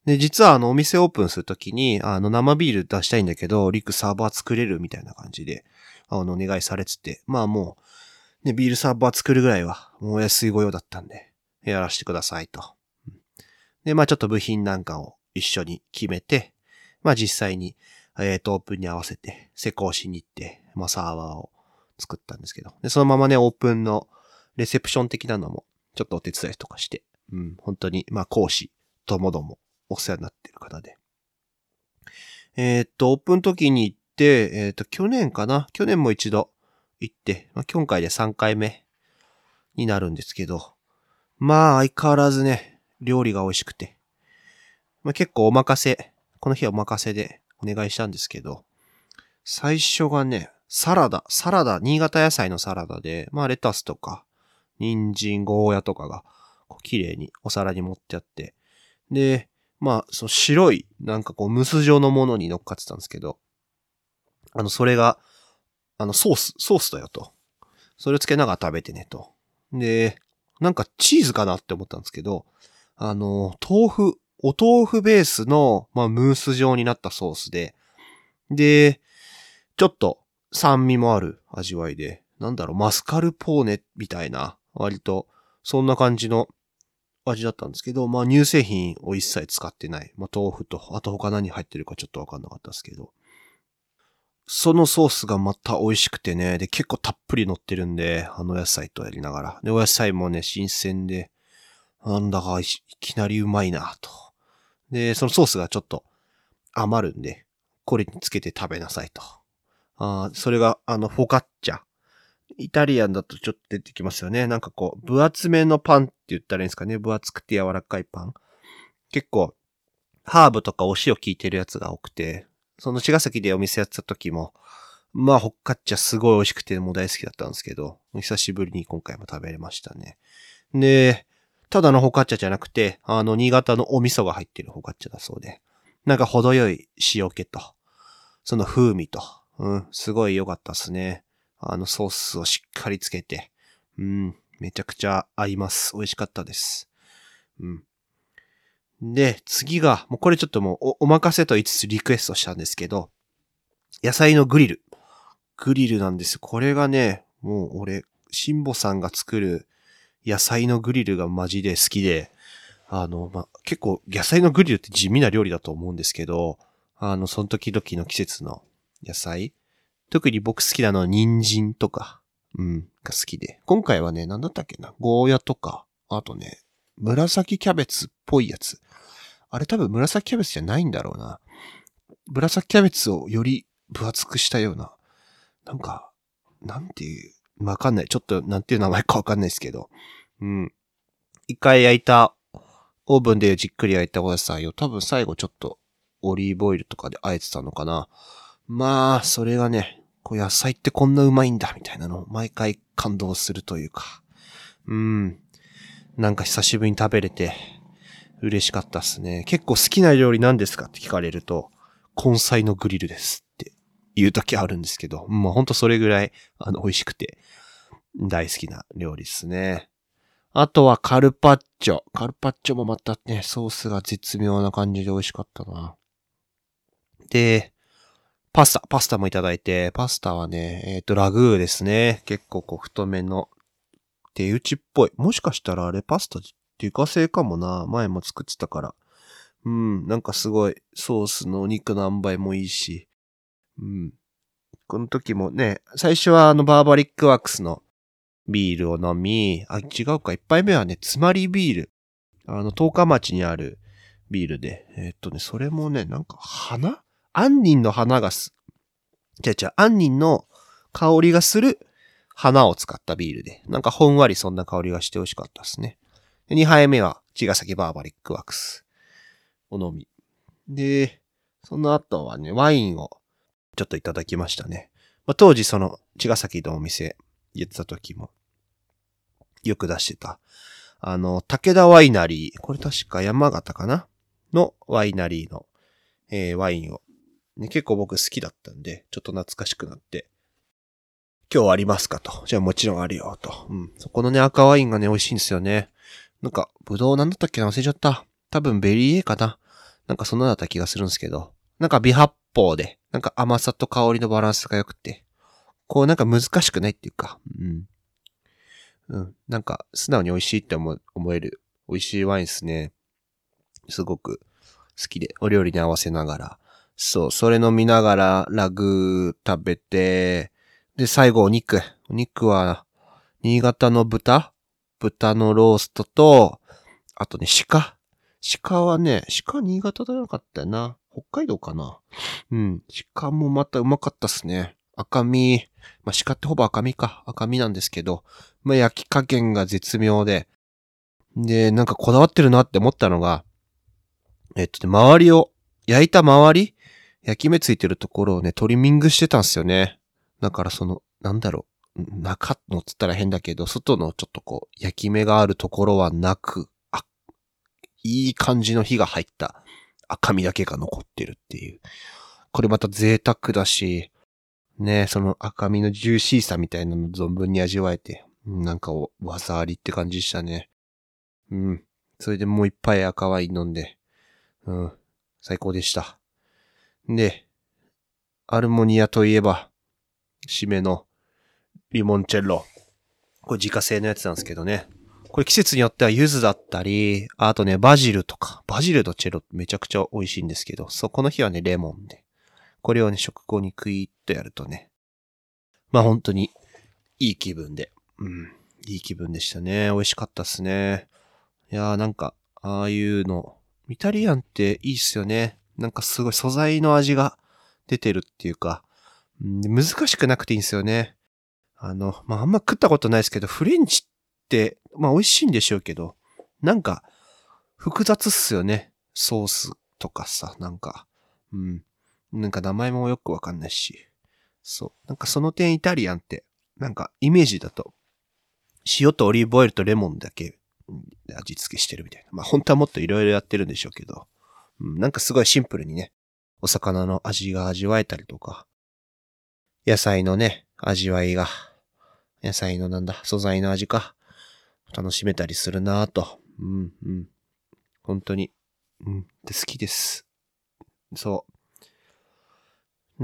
で、実はあのお店オープンするときに、あの生ビール出したいんだけど、リクサーバー作れるみたいな感じで、あのお願いされてて、まあもう、ね、ビールサーバー作るぐらいは、もうお安いご用だったんで、やらせてくださいと。で、まあちょっと部品なんかを一緒に決めて、まあ実際に、えっと、オープンに合わせて施工しに行って、まあサーバーを作ったんですけど、で、そのままね、オープンのレセプション的なのも、ちょっとお手伝いとかして、うん、本当に、まあ講師ともどもお世話になっている方で。えっと、オープン時に行って、えっと、去年かな去年も一度行って、まあ今回でさんかいめになるんですけど、まあ相変わらずね、料理が美味しくて、まあ結構お任せ、この日はお任せでお願いしたんですけど、最初がね、サラダ、サラダ、新潟野菜のサラダで、まあレタスとか、人参、ゴーヤとかが、こう綺麗にお皿に盛ってあって、で、まあ、その白い、なんかこう、ムス状のものに乗っかってたんですけど、あの、それが、あの、ソース、ソースだよと。それをつけながら食べてねと。で、なんかチーズかなって思ったんですけど、あの、豆腐、お豆腐ベースの、まあ、ムース状になったソースで、で、ちょっと酸味もある味わいで、なんだろう、マスカルポーネみたいな、割と、そんな感じの味だったんですけど、まあ乳製品を一切使ってない。まあ豆腐と、あと他何入ってるかちょっとわかんなかったですけど。そのソースがまた美味しくてね、で結構たっぷり乗ってるんで、あの野菜とやりながら。で、お野菜もね、新鮮で、なんだかいきなりうまいなと。で、そのソースがちょっと余るんで、これにつけて食べなさいと。あそれが、あの、フォカッチャ。イタリアンだとちょっと出てきますよね。なんかこう、分厚めのパンって言ったらいいんですかね。分厚くて柔らかいパン。結構、ハーブとかお塩効いてるやつが多くて、その茅ヶ崎でお店やってた時も、まあ、ホッカッチャすごい美味しくてもう大好きだったんですけど、久しぶりに今回も食べれましたね。で、ただのホッカッチャじゃなくて、あの、新潟のお味噌が入ってるホッカッチャだそうで、なんか程よい塩気と、その風味と、うん、すごい良かったですね。あのソースをしっかりつけて、うん、めちゃくちゃ合います。美味しかったです。うん。で、次が、もうこれちょっともうお、お任せと言いつつリクエストしたんですけど、野菜のグリル。グリルなんですよ。これがね、もう俺、辛坊さんが作る野菜のグリルがマジで好きで、あの、ま、結構野菜のグリルって地味な料理だと思うんですけど、あの、その時々の季節の野菜、特に僕好きなのは人参とか、うん、が好きで。今回はね、なんだったっけな、ゴーヤとか、あとね、紫キャベツっぽいやつ。あれ多分紫キャベツじゃないんだろうな。紫キャベツをより分厚くしたような、なんか、なんていう、わかんない。ちょっとなんていう名前かわかんないですけど。うん。一回焼いた、オーブンでじっくり焼いたお野菜を多分最後ちょっとオリーブオイルとかで和えてたのかな。まあ、それがね、こう野菜ってこんなうまいんだみたいなのを毎回感動するというか。うん。なんか久しぶりに食べれて嬉しかったっすね。結構好きな料理何ですかって聞かれると、根菜のグリルですって言う時あるんですけど、まあほんとそれぐらいあの美味しくて大好きな料理ですね。あとはカルパッチョ。カルパッチョもまたね、ソースが絶妙な感じで美味しかったな。で、パスタ、パスタもいただいて、パスタはね、えっと、ラグーですね。結構こう太めの手打ちっぽい。もしかしたらあれパスタ自家製かもな。前も作ってたから。うん、なんかすごいソースのお肉の塩梅もいいし。うん。この時もね、最初はあのバーバリックワークスのビールを飲み、あ、違うか、一杯目はね、つまりビール。あの、十日町にあるビールで。えーっとね、それもね、なんか花杏仁の花がす、違う違う、杏仁の香りがする花を使ったビールで、なんかほんわりそんな香りがして美味しかったですね。でにはいめは、茅ヶ崎バーバリックワークスを飲み。で、その後はね、ワインをちょっといただきましたね。まあ、当時その、茅ヶ崎のお店やってた時も、よく出してた。あの、武田ワイナリー、これ確か山形かなのワイナリーの、えー、ワインを、ね、結構僕好きだったんで、ちょっと懐かしくなって、今日ありますかと。じゃあもちろんあるよと。うん。そこのね、赤ワインがね、美味しいんですよね。なんか、ぶどうなんだったっけな忘れちゃった。多分ベリー A かな。 なんかそんなだった気がするんですけど、なんか微発泡で、なんか甘さと香りのバランスが良くて、こうなんか難しくないっていうか、うん。うん。なんか素直に美味しいって思思える美味しいワインですね。すごく好きで、お料理に合わせながら。そう、それ飲みながらラグ食べて、で、最後お肉。お肉は、新潟の豚豚のローストと、あとね、鹿。鹿はね、鹿新潟じゃなかったよな。北海道かな。うん。鹿もまたうまかったっすね。赤身。まあ、鹿ってほぼ赤身か。赤身なんですけど、まあ、焼き加減が絶妙で、で、なんかこだわってるなって思ったのが、えっとね、周りを、焼いた周り焼き目ついてるところをね、トリミングしてたんすよね。だからその、なんだろう、中のつったら変だけど、外のちょっとこう、焼き目があるところはなく、あ、いい感じの火が入った赤身だけが残ってるっていう。これまた贅沢だし、ね、その赤身のジューシーさみたいなの存分に味わえて、なんか技ありって感じでしたね。うん。それでもう一杯赤ワイン飲んで、うん。最高でした。で、アルモニアといえば、締めのリモンチェッロ。これ自家製のやつなんですけどね。これ季節によっては柚子だったり、あとね、バジルとか、バジルとチェロめちゃくちゃ美味しいんですけど、そう、この日はね、レモンで。これをね、食後にクイーっとやるとね、まあ本当にいい気分で、うん、いい気分でしたね。美味しかったっすね。いやーなんか、ああいうの、イタリアンっていいっすよね。なんかすごい素材の味が出てるっていうか、うん、難しくなくていいんですよね。あの、まあ、あんま食ったことないですけど、フレンチって、まあ美味しいんでしょうけど、なんか、複雑っすよね。ソースとかさ、なんか、うん。なんか名前もよくわかんないし。そう。なんかその点イタリアンって、なんかイメージだと、塩とオリーブオイルとレモンだけ味付けしてるみたいな。まあ本当はもっといろいろやってるんでしょうけど、うん、なんかすごいシンプルにね、お魚の味が味わえたりとか、野菜のね、味わいが、野菜のなんだ、素材の味か、楽しめたりするなぁと。うんうん。本当に、うん、好きです。そう。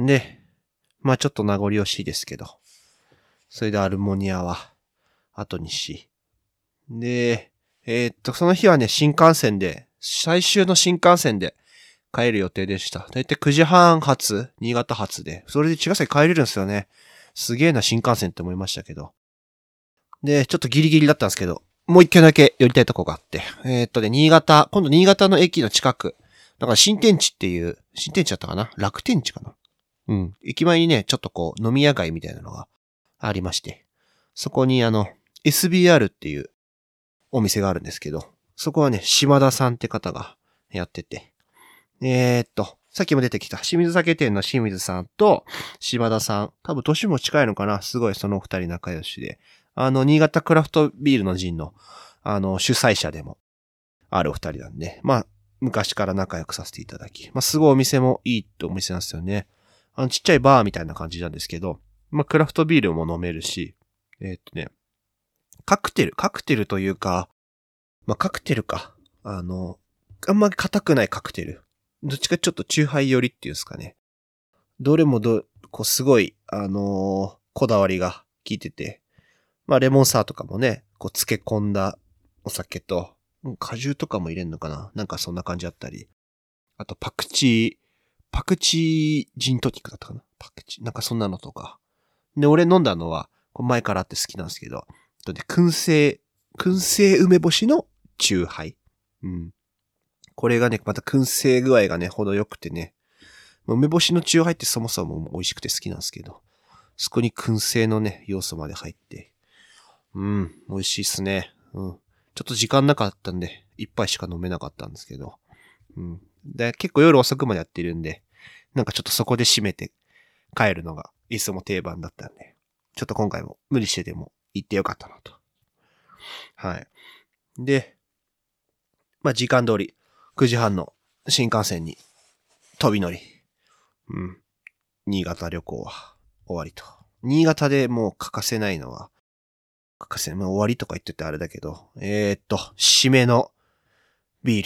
で、まあちょっと名残惜しいですけど、それでアルモニアは後にし、で、えー、っと、その日はね、新幹線で、最終の新幹線で帰る予定でした。だいたいくじはん発、新潟発で、それで茅ヶ崎帰れるんですよね。すげえな新幹線って思いましたけど。で、ちょっとギリギリだったんですけど、もう一軒だけ寄りたいとこがあって、えー、っとね、新潟、今度新潟の駅の近く、だから新天地っていう、新天地だったかな楽天地かなうん。駅前にね、ちょっとこう、飲み屋街みたいなのがありまして、そこにあの、エスビーアール っていうお店があるんですけど、そこはね、島田さんって方がやってて、えー、っと、さっきも出てきた清水酒店の清水さんと島田さん、多分年も近いのかなすごいその二人仲良しで、あの、新潟クラフトビールの陣の、あの、主催者でもあるお二人なんで、まあ、昔から仲良くさせていただき、まあ、すごいお店もいいってお店なんですよね。あの、ちっちゃいバーみたいな感じなんですけど、まあ、クラフトビールも飲めるし、えー、っとね、カクテル、カクテルというか、まあ、カクテルか。あの、あんまり硬くないカクテル。どっちかちょっとチューハイ寄りっていうんですかね。どれもど、こうすごい、あのー、こだわりが効いてて。まあ、レモンサワーとかもね、こう漬け込んだお酒と、果汁とかも入れんのかななんかそんな感じだったり。あと、パクチー、パクチージントニックだったかなパクチー、なんかそんなのとか。で、俺飲んだのは、前からあって好きなんですけど、とね、燻製、燻製梅干しのチューハイ。うん。これがね、また燻製具合がね、ほど良くてね。梅干しのチューハイってそもそも美味しくて好きなんですけど、そこに燻製のね、要素まで入って、うん、美味しいっすね。うん。ちょっと時間なかったんで、一杯しか飲めなかったんですけど、うん。で、結構夜遅くまでやってるんで、なんかちょっとそこで締めて帰るのがいつも定番だったんで、ちょっと今回も無理してでも行ってよかったなと。はい。で、まあ、時間通り、くじはんの新幹線に飛び乗り。うん。新潟旅行は終わりと。新潟でもう欠かせないのは、欠かせない。まあ、終わりとか言っててあれだけど、えー、っと、締めのビール。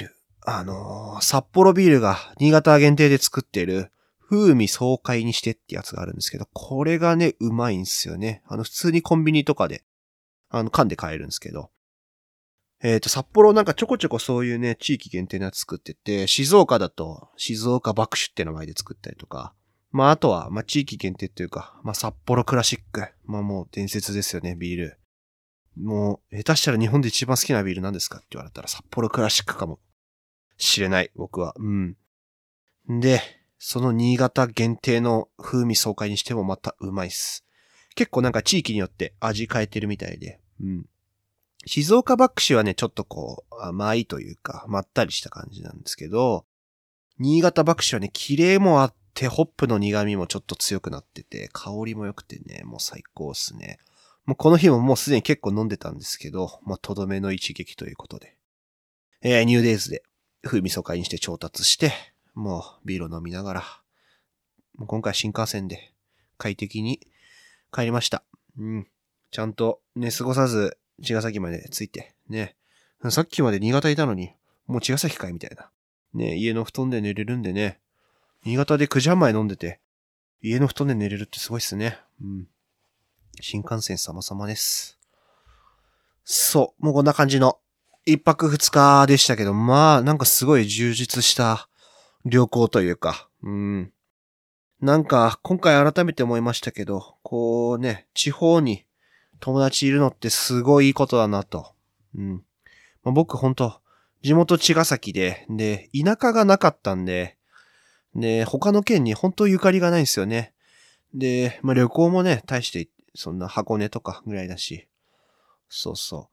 あのー、札幌ビールが新潟限定で作っている風味爽快にしてってやつがあるんですけど、これがね、うまいんですよね。あの、普通にコンビニとかで、あの、缶で買えるんですけど。えっと、札幌なんかちょこちょこそういうね、地域限定のやつ作ってて、静岡だと静岡爆酒って名前で作ったりとか、まああとは、まあ地域限定っていうか、まあ札幌クラシック。まあもう伝説ですよね、ビール。もう、下手したら日本で一番好きなビールなんですかって言われたら札幌クラシックかもしれない、僕は。うん。で、その新潟限定の風味爽快にしてもまたうまいっす。結構なんか地域によって味変えてるみたいで。うん。静岡爆酒はね、ちょっとこう、甘いというか、まったりした感じなんですけど、新潟爆酒はね、綺麗もあって、ホップの苦味もちょっと強くなってて、香りも良くてね、もう最高っすね。もうこの日ももうすでに結構飲んでたんですけど、まあ、とどめの一撃ということで。えー、ニューデイズで風味爽快にして調達して、もうビールを飲みながら、もう今回新幹線で快適に帰りました。うん。ちゃんと寝過ごさず、茅ヶ崎まで着いて、ね。さっきまで新潟いたのに、もう茅ヶ崎かいみたいな。ね、家の布団で寝れるんでね。新潟でくじはんまえ飲んでて、家の布団で寝れるってすごいっすね。うん。新幹線様々です。そう、もうこんな感じの一泊二日でしたけど、まあ、なんかすごい充実した旅行というか、うん。なんか、今回改めて思いましたけど、こうね、地方に友達いるのってすごいいいことだなと。うん。まあ、僕ほんと、地元茅ヶ崎で、で、田舎がなかったんで、で、他の県に本当ゆかりがないんですよね。で、まあ、旅行もね、大して、そんな箱根とかぐらいだし。そうそう。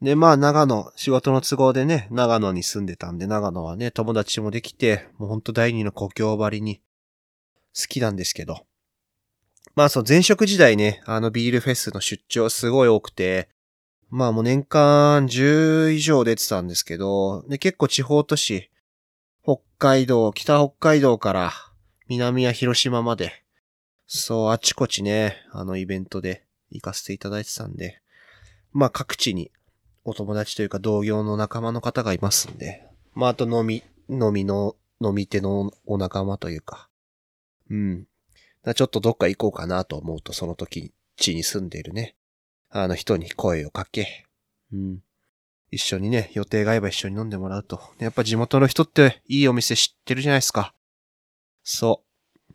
で、まあ、長野、仕事の都合でね、長野に住んでたんで、長野はね、友達もできて、もうほんと第二の故郷ばりに好きなんですけど。まあ、そう、前職時代ね、あのビールフェスの出張すごい多くて、まあもう年間じゅう以上出てたんですけど、で、結構地方都市、北海道、北北海道から南や広島まで、そう、あちこちね、あのイベントで行かせていただいてたんで、まあ各地にお友達というか同業の仲間の方がいますんで、まああと飲み、飲みの、飲み手のお仲間というか、うん。ちょっとどっか行こうかなと思うと、その時、地に住んでいるね、あの人に声をかけ、うん。一緒にね、予定が合えば一緒に飲んでもらうと。やっぱ地元の人っていいお店知ってるじゃないですか。そう。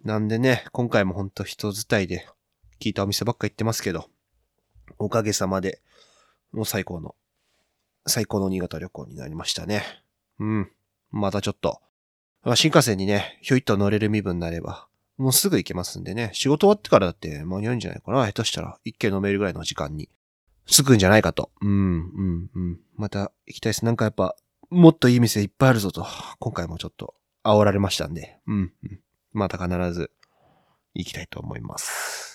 なんでね、今回もほんと人伝いで聞いたお店ばっか行ってますけど、おかげさまで、もう最高の、最高の新潟旅行になりましたね。うん。またちょっと、新幹線にね、ひょいっと乗れる身分になれば、もうすぐ行けますんでね、仕事終わってからだって間に合うんじゃないかな。下手したら一軒飲めるぐらいの時間に着くんじゃないかと。うん、うん、うん。また行きたいです。なんかやっぱ、もっといい店いっぱいあるぞと。今回もちょっと煽られましたんで。うん、うん。また必ず行きたいと思います。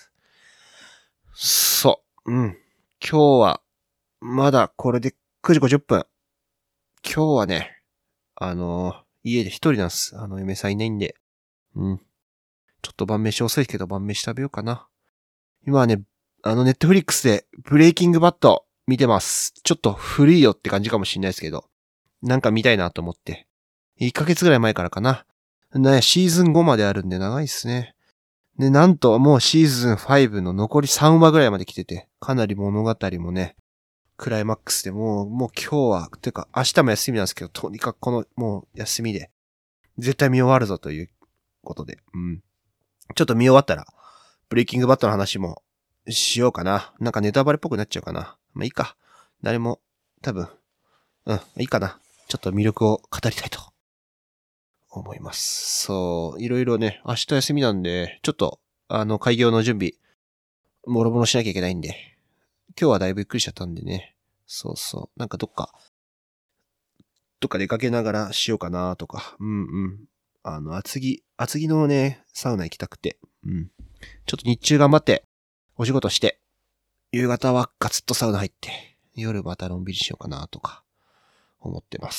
そう。うん。今日は、まだこれでくじごじゅっぷん。今日はね、あのー、家で一人なんです。あの、嫁さんいないんで。うん。ちょっと晩飯遅いけど晩飯食べようかな。今はね、あの、ネットフリックスでブレイキングバット見てます。ちょっと古いよって感じかもしれないですけど、なんか見たいなと思って。いっかげつぐらい前からかな。ね、シーズンごまであるんで長いっすね。で、なんともうシーズンごの残りさんわぐらいまで来てて、かなり物語もね、クライマックスでもう、もう今日は、てか明日も休みなんですけど、とにかくこの、もう休みで、絶対見終わるぞということで、うん。ちょっと見終わったら、ブレイキングバットの話もしようかな。なんかネタバレっぽくなっちゃうかな。まあいいか。誰も、多分、うん、いいかな。ちょっと魅力を語りたいと思います。そう、いろいろね、明日休みなんで、ちょっと、あの、開業の準備、もろもろしなきゃいけないんで、今日はだいぶゆっくりしちゃったんでね。そうそう。なんかどっか、どっか出かけながらしようかなとか。うんうん。あの、厚木、厚木のね、サウナ行きたくて。うん。ちょっと日中頑張って、お仕事して、夕方はガツッとサウナ入って、夜またのんびりしようかなとか、思ってます。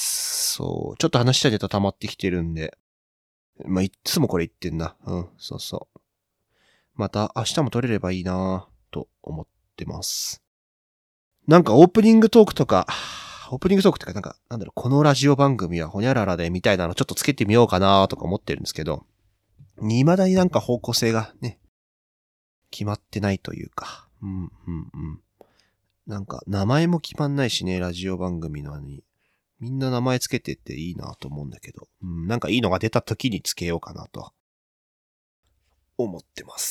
そう。ちょっと話したいネタ溜まってきてるんで、まあ、いっつもこれ言ってんな。うん、そうそう。また明日も撮れればいいなと思ってます。なんかオープニングトークとか、 オープニングトークってかなんか、なんだろう、このラジオ番組はほにゃららでみたいなのちょっとつけてみようかなとか思ってるんですけど、未だになんか方向性がね、決まってないというか、うん、うん、うん。なんか、名前も決まんないしね、ラジオ番組のに。みんな名前つけてっていいなと思うんだけど、うん、なんかいいのが出た時につけようかなと、思ってます。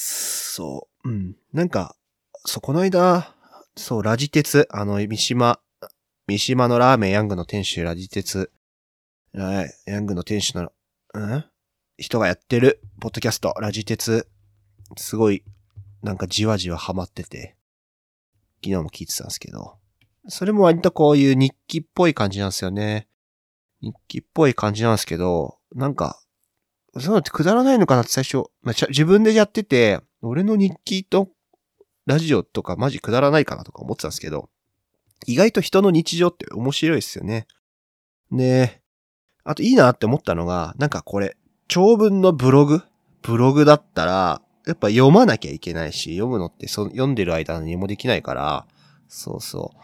そう。うん。なんか、そう、この間、そう、ラジ鉄、あの、三島、三島のラーメンヤングの店主、ラジ鉄、はい、ヤングの店主の、うん人がやってる、ポッドキャスト、ラジ鉄、すごい、なんかじわじわハマってて、昨日も聞いてたんですけど、それも割とこういう日記っぽい感じなんですよね。日記っぽい感じなんですけど、なんか、そういうのってくだらないのかなって最初、まあ、自分でやってて、俺の日記とラジオとかマジくだらないかなとか思ってたんですけど、意外と人の日常って面白いですよね。で、あといいなって思ったのが、なんかこれ、長文のブログブログだったら、やっぱ読まなきゃいけないし、読むのってそ読んでる間何もできないから、そうそう。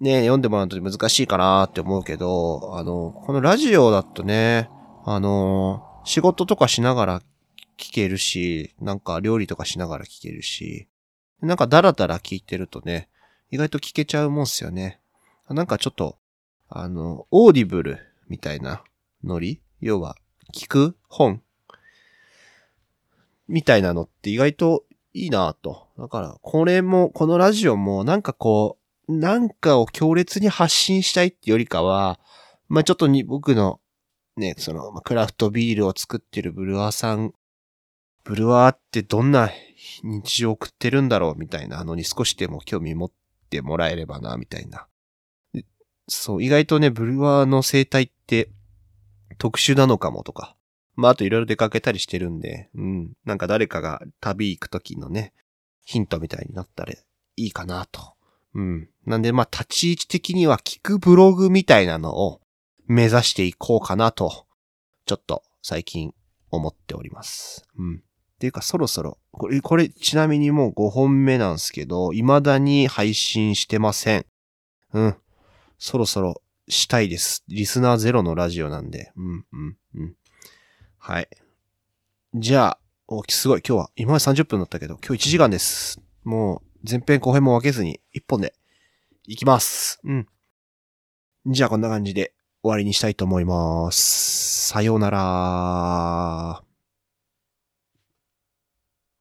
ね、読んでもらうと難しいかなって思うけど、あの、このラジオだとね、あの、仕事とかしながら聞けるし、なんか料理とかしながら聞けるし、なんかダラダラ聞いてるとね、意外と聞けちゃうもんっすよね。なんかちょっと、あの、オーディブルみたいなノリ？要は、聞く本みたいなのって意外といいなぁと。だから、これも、このラジオもなんかこう、なんかを強烈に発信したいってよりかは、まあちょっとに僕のね、その、クラフトビールを作ってるブルワーさん、ブルワーってどんな日常を送ってるんだろうみたいなのに少しでも興味持ってもらえればな、みたいな。そう、意外とね、ブルワーの生態って特殊なのかもとか。まあ、あといろいろ出かけたりしてるんで、うん。なんか誰かが旅行くときのね、ヒントみたいになったらいいかなと。うん。なんで、まあ、立ち位置的には聞くブログみたいなのを目指していこうかなと、ちょっと最近思っております。うん。っていうか、そろそろ、これ、これ、ちなみにもうごほんめなんですけど、未だに配信してません。うん。そろそろしたいです。リスナーゼロのラジオなんで。うん、うん、うん。はい。じゃあ、お、すごい。今日は、今までさんじゅっぷんだったけど、今日いちじかんです。もう、前編後編も分けずに、いっぽんで、いきます。うん。じゃあ、こんな感じで終わりにしたいと思います。さようなら。